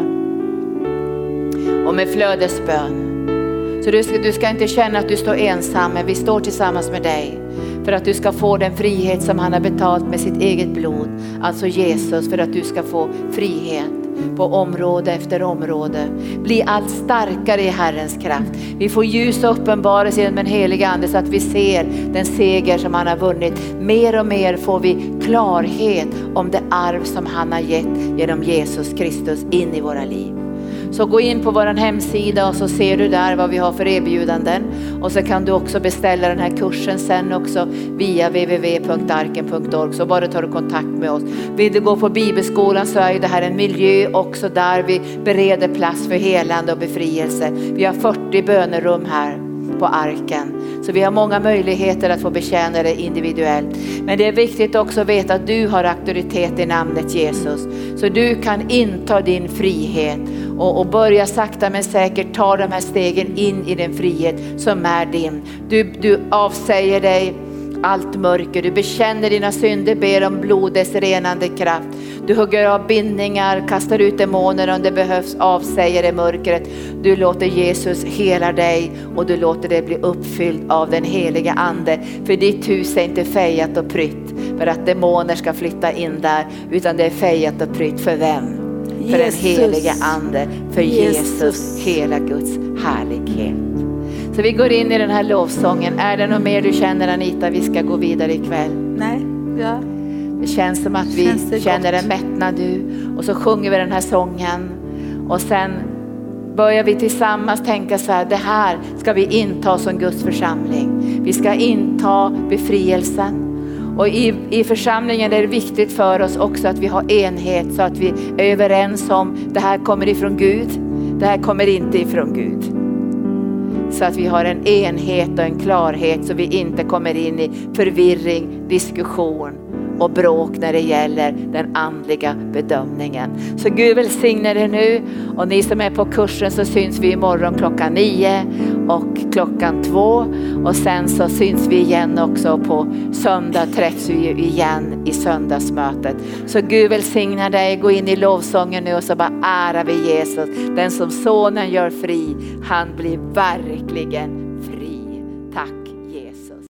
och med flödesbön. Så du ska inte känna att du står ensam, men vi står tillsammans med dig för att du ska få den frihet som han har betalt med sitt eget blod. Alltså Jesus, för att du ska få frihet på område efter område. Bli allt starkare i Herrens kraft. Vi får ljus och uppenbarelse genom den heliga ande, så att vi ser den seger som han har vunnit. Mer och mer får vi klarhet om det arv som han har gett genom Jesus Kristus in i våra liv. Så gå in på vår hemsida och så ser du där vad vi har för erbjudanden. Och så kan du också beställa den här kursen sen också via www.arken.org. Så bara tar du kontakt med oss. Vill du gå på bibelskolan, så är det här en miljö också där vi bereder plats för helande och befrielse. Vi har 40 bönerum här på Arken. Så vi har många möjligheter att få betjäna det individuellt. Men det är viktigt också att veta att du har auktoritet i namnet Jesus. Så du kan inta din frihet och börja sakta men säkert ta de här stegen in i den frihet som är din. Du avsäger dig allt mörker, du bekänner dina synder, ber om blodets renande kraft. Du hugger av bindningar, kastar ut demoner om det behövs, avsäger det mörkret. Du låter Jesus hela dig och du låter dig bli uppfylld av den heliga ande. För ditt hus är inte fejat och prytt för att demoner ska flytta in där, utan det är fejat och prytt för vem? För den heliga ande, för Jesus, hela Guds härlighet. Så vi går in i den här lovsången. Är det något mer du känner, Anita, vi ska gå vidare ikväll? Nej, ja. Det känns som att vi känner en mättnad nu. Och så sjunger vi den här sången. Och sen börjar vi tillsammans tänka så här: det här ska vi inta som Guds församling. Vi ska inta befrielsen. Och i församlingen är det viktigt för oss också att vi har enhet, så att vi är överens om det här kommer ifrån Gud. Det här kommer inte ifrån Gud. Så att vi har en enhet och en klarhet, så vi inte kommer in i förvirring, diskussion och bråk när det gäller den andliga bedömningen. Så Gud välsigne det nu. Och ni som är på kursen, så syns vi imorgon klockan 9 och klockan 2. Och sen så syns vi igen också på söndag, träffs vi igen i söndagsmötet. Så Gud välsigne dig. Gå in i lovsången nu och så bara ära vi Jesus. Den som sonen gör fri, han blir verkligen fri. Tack Jesus.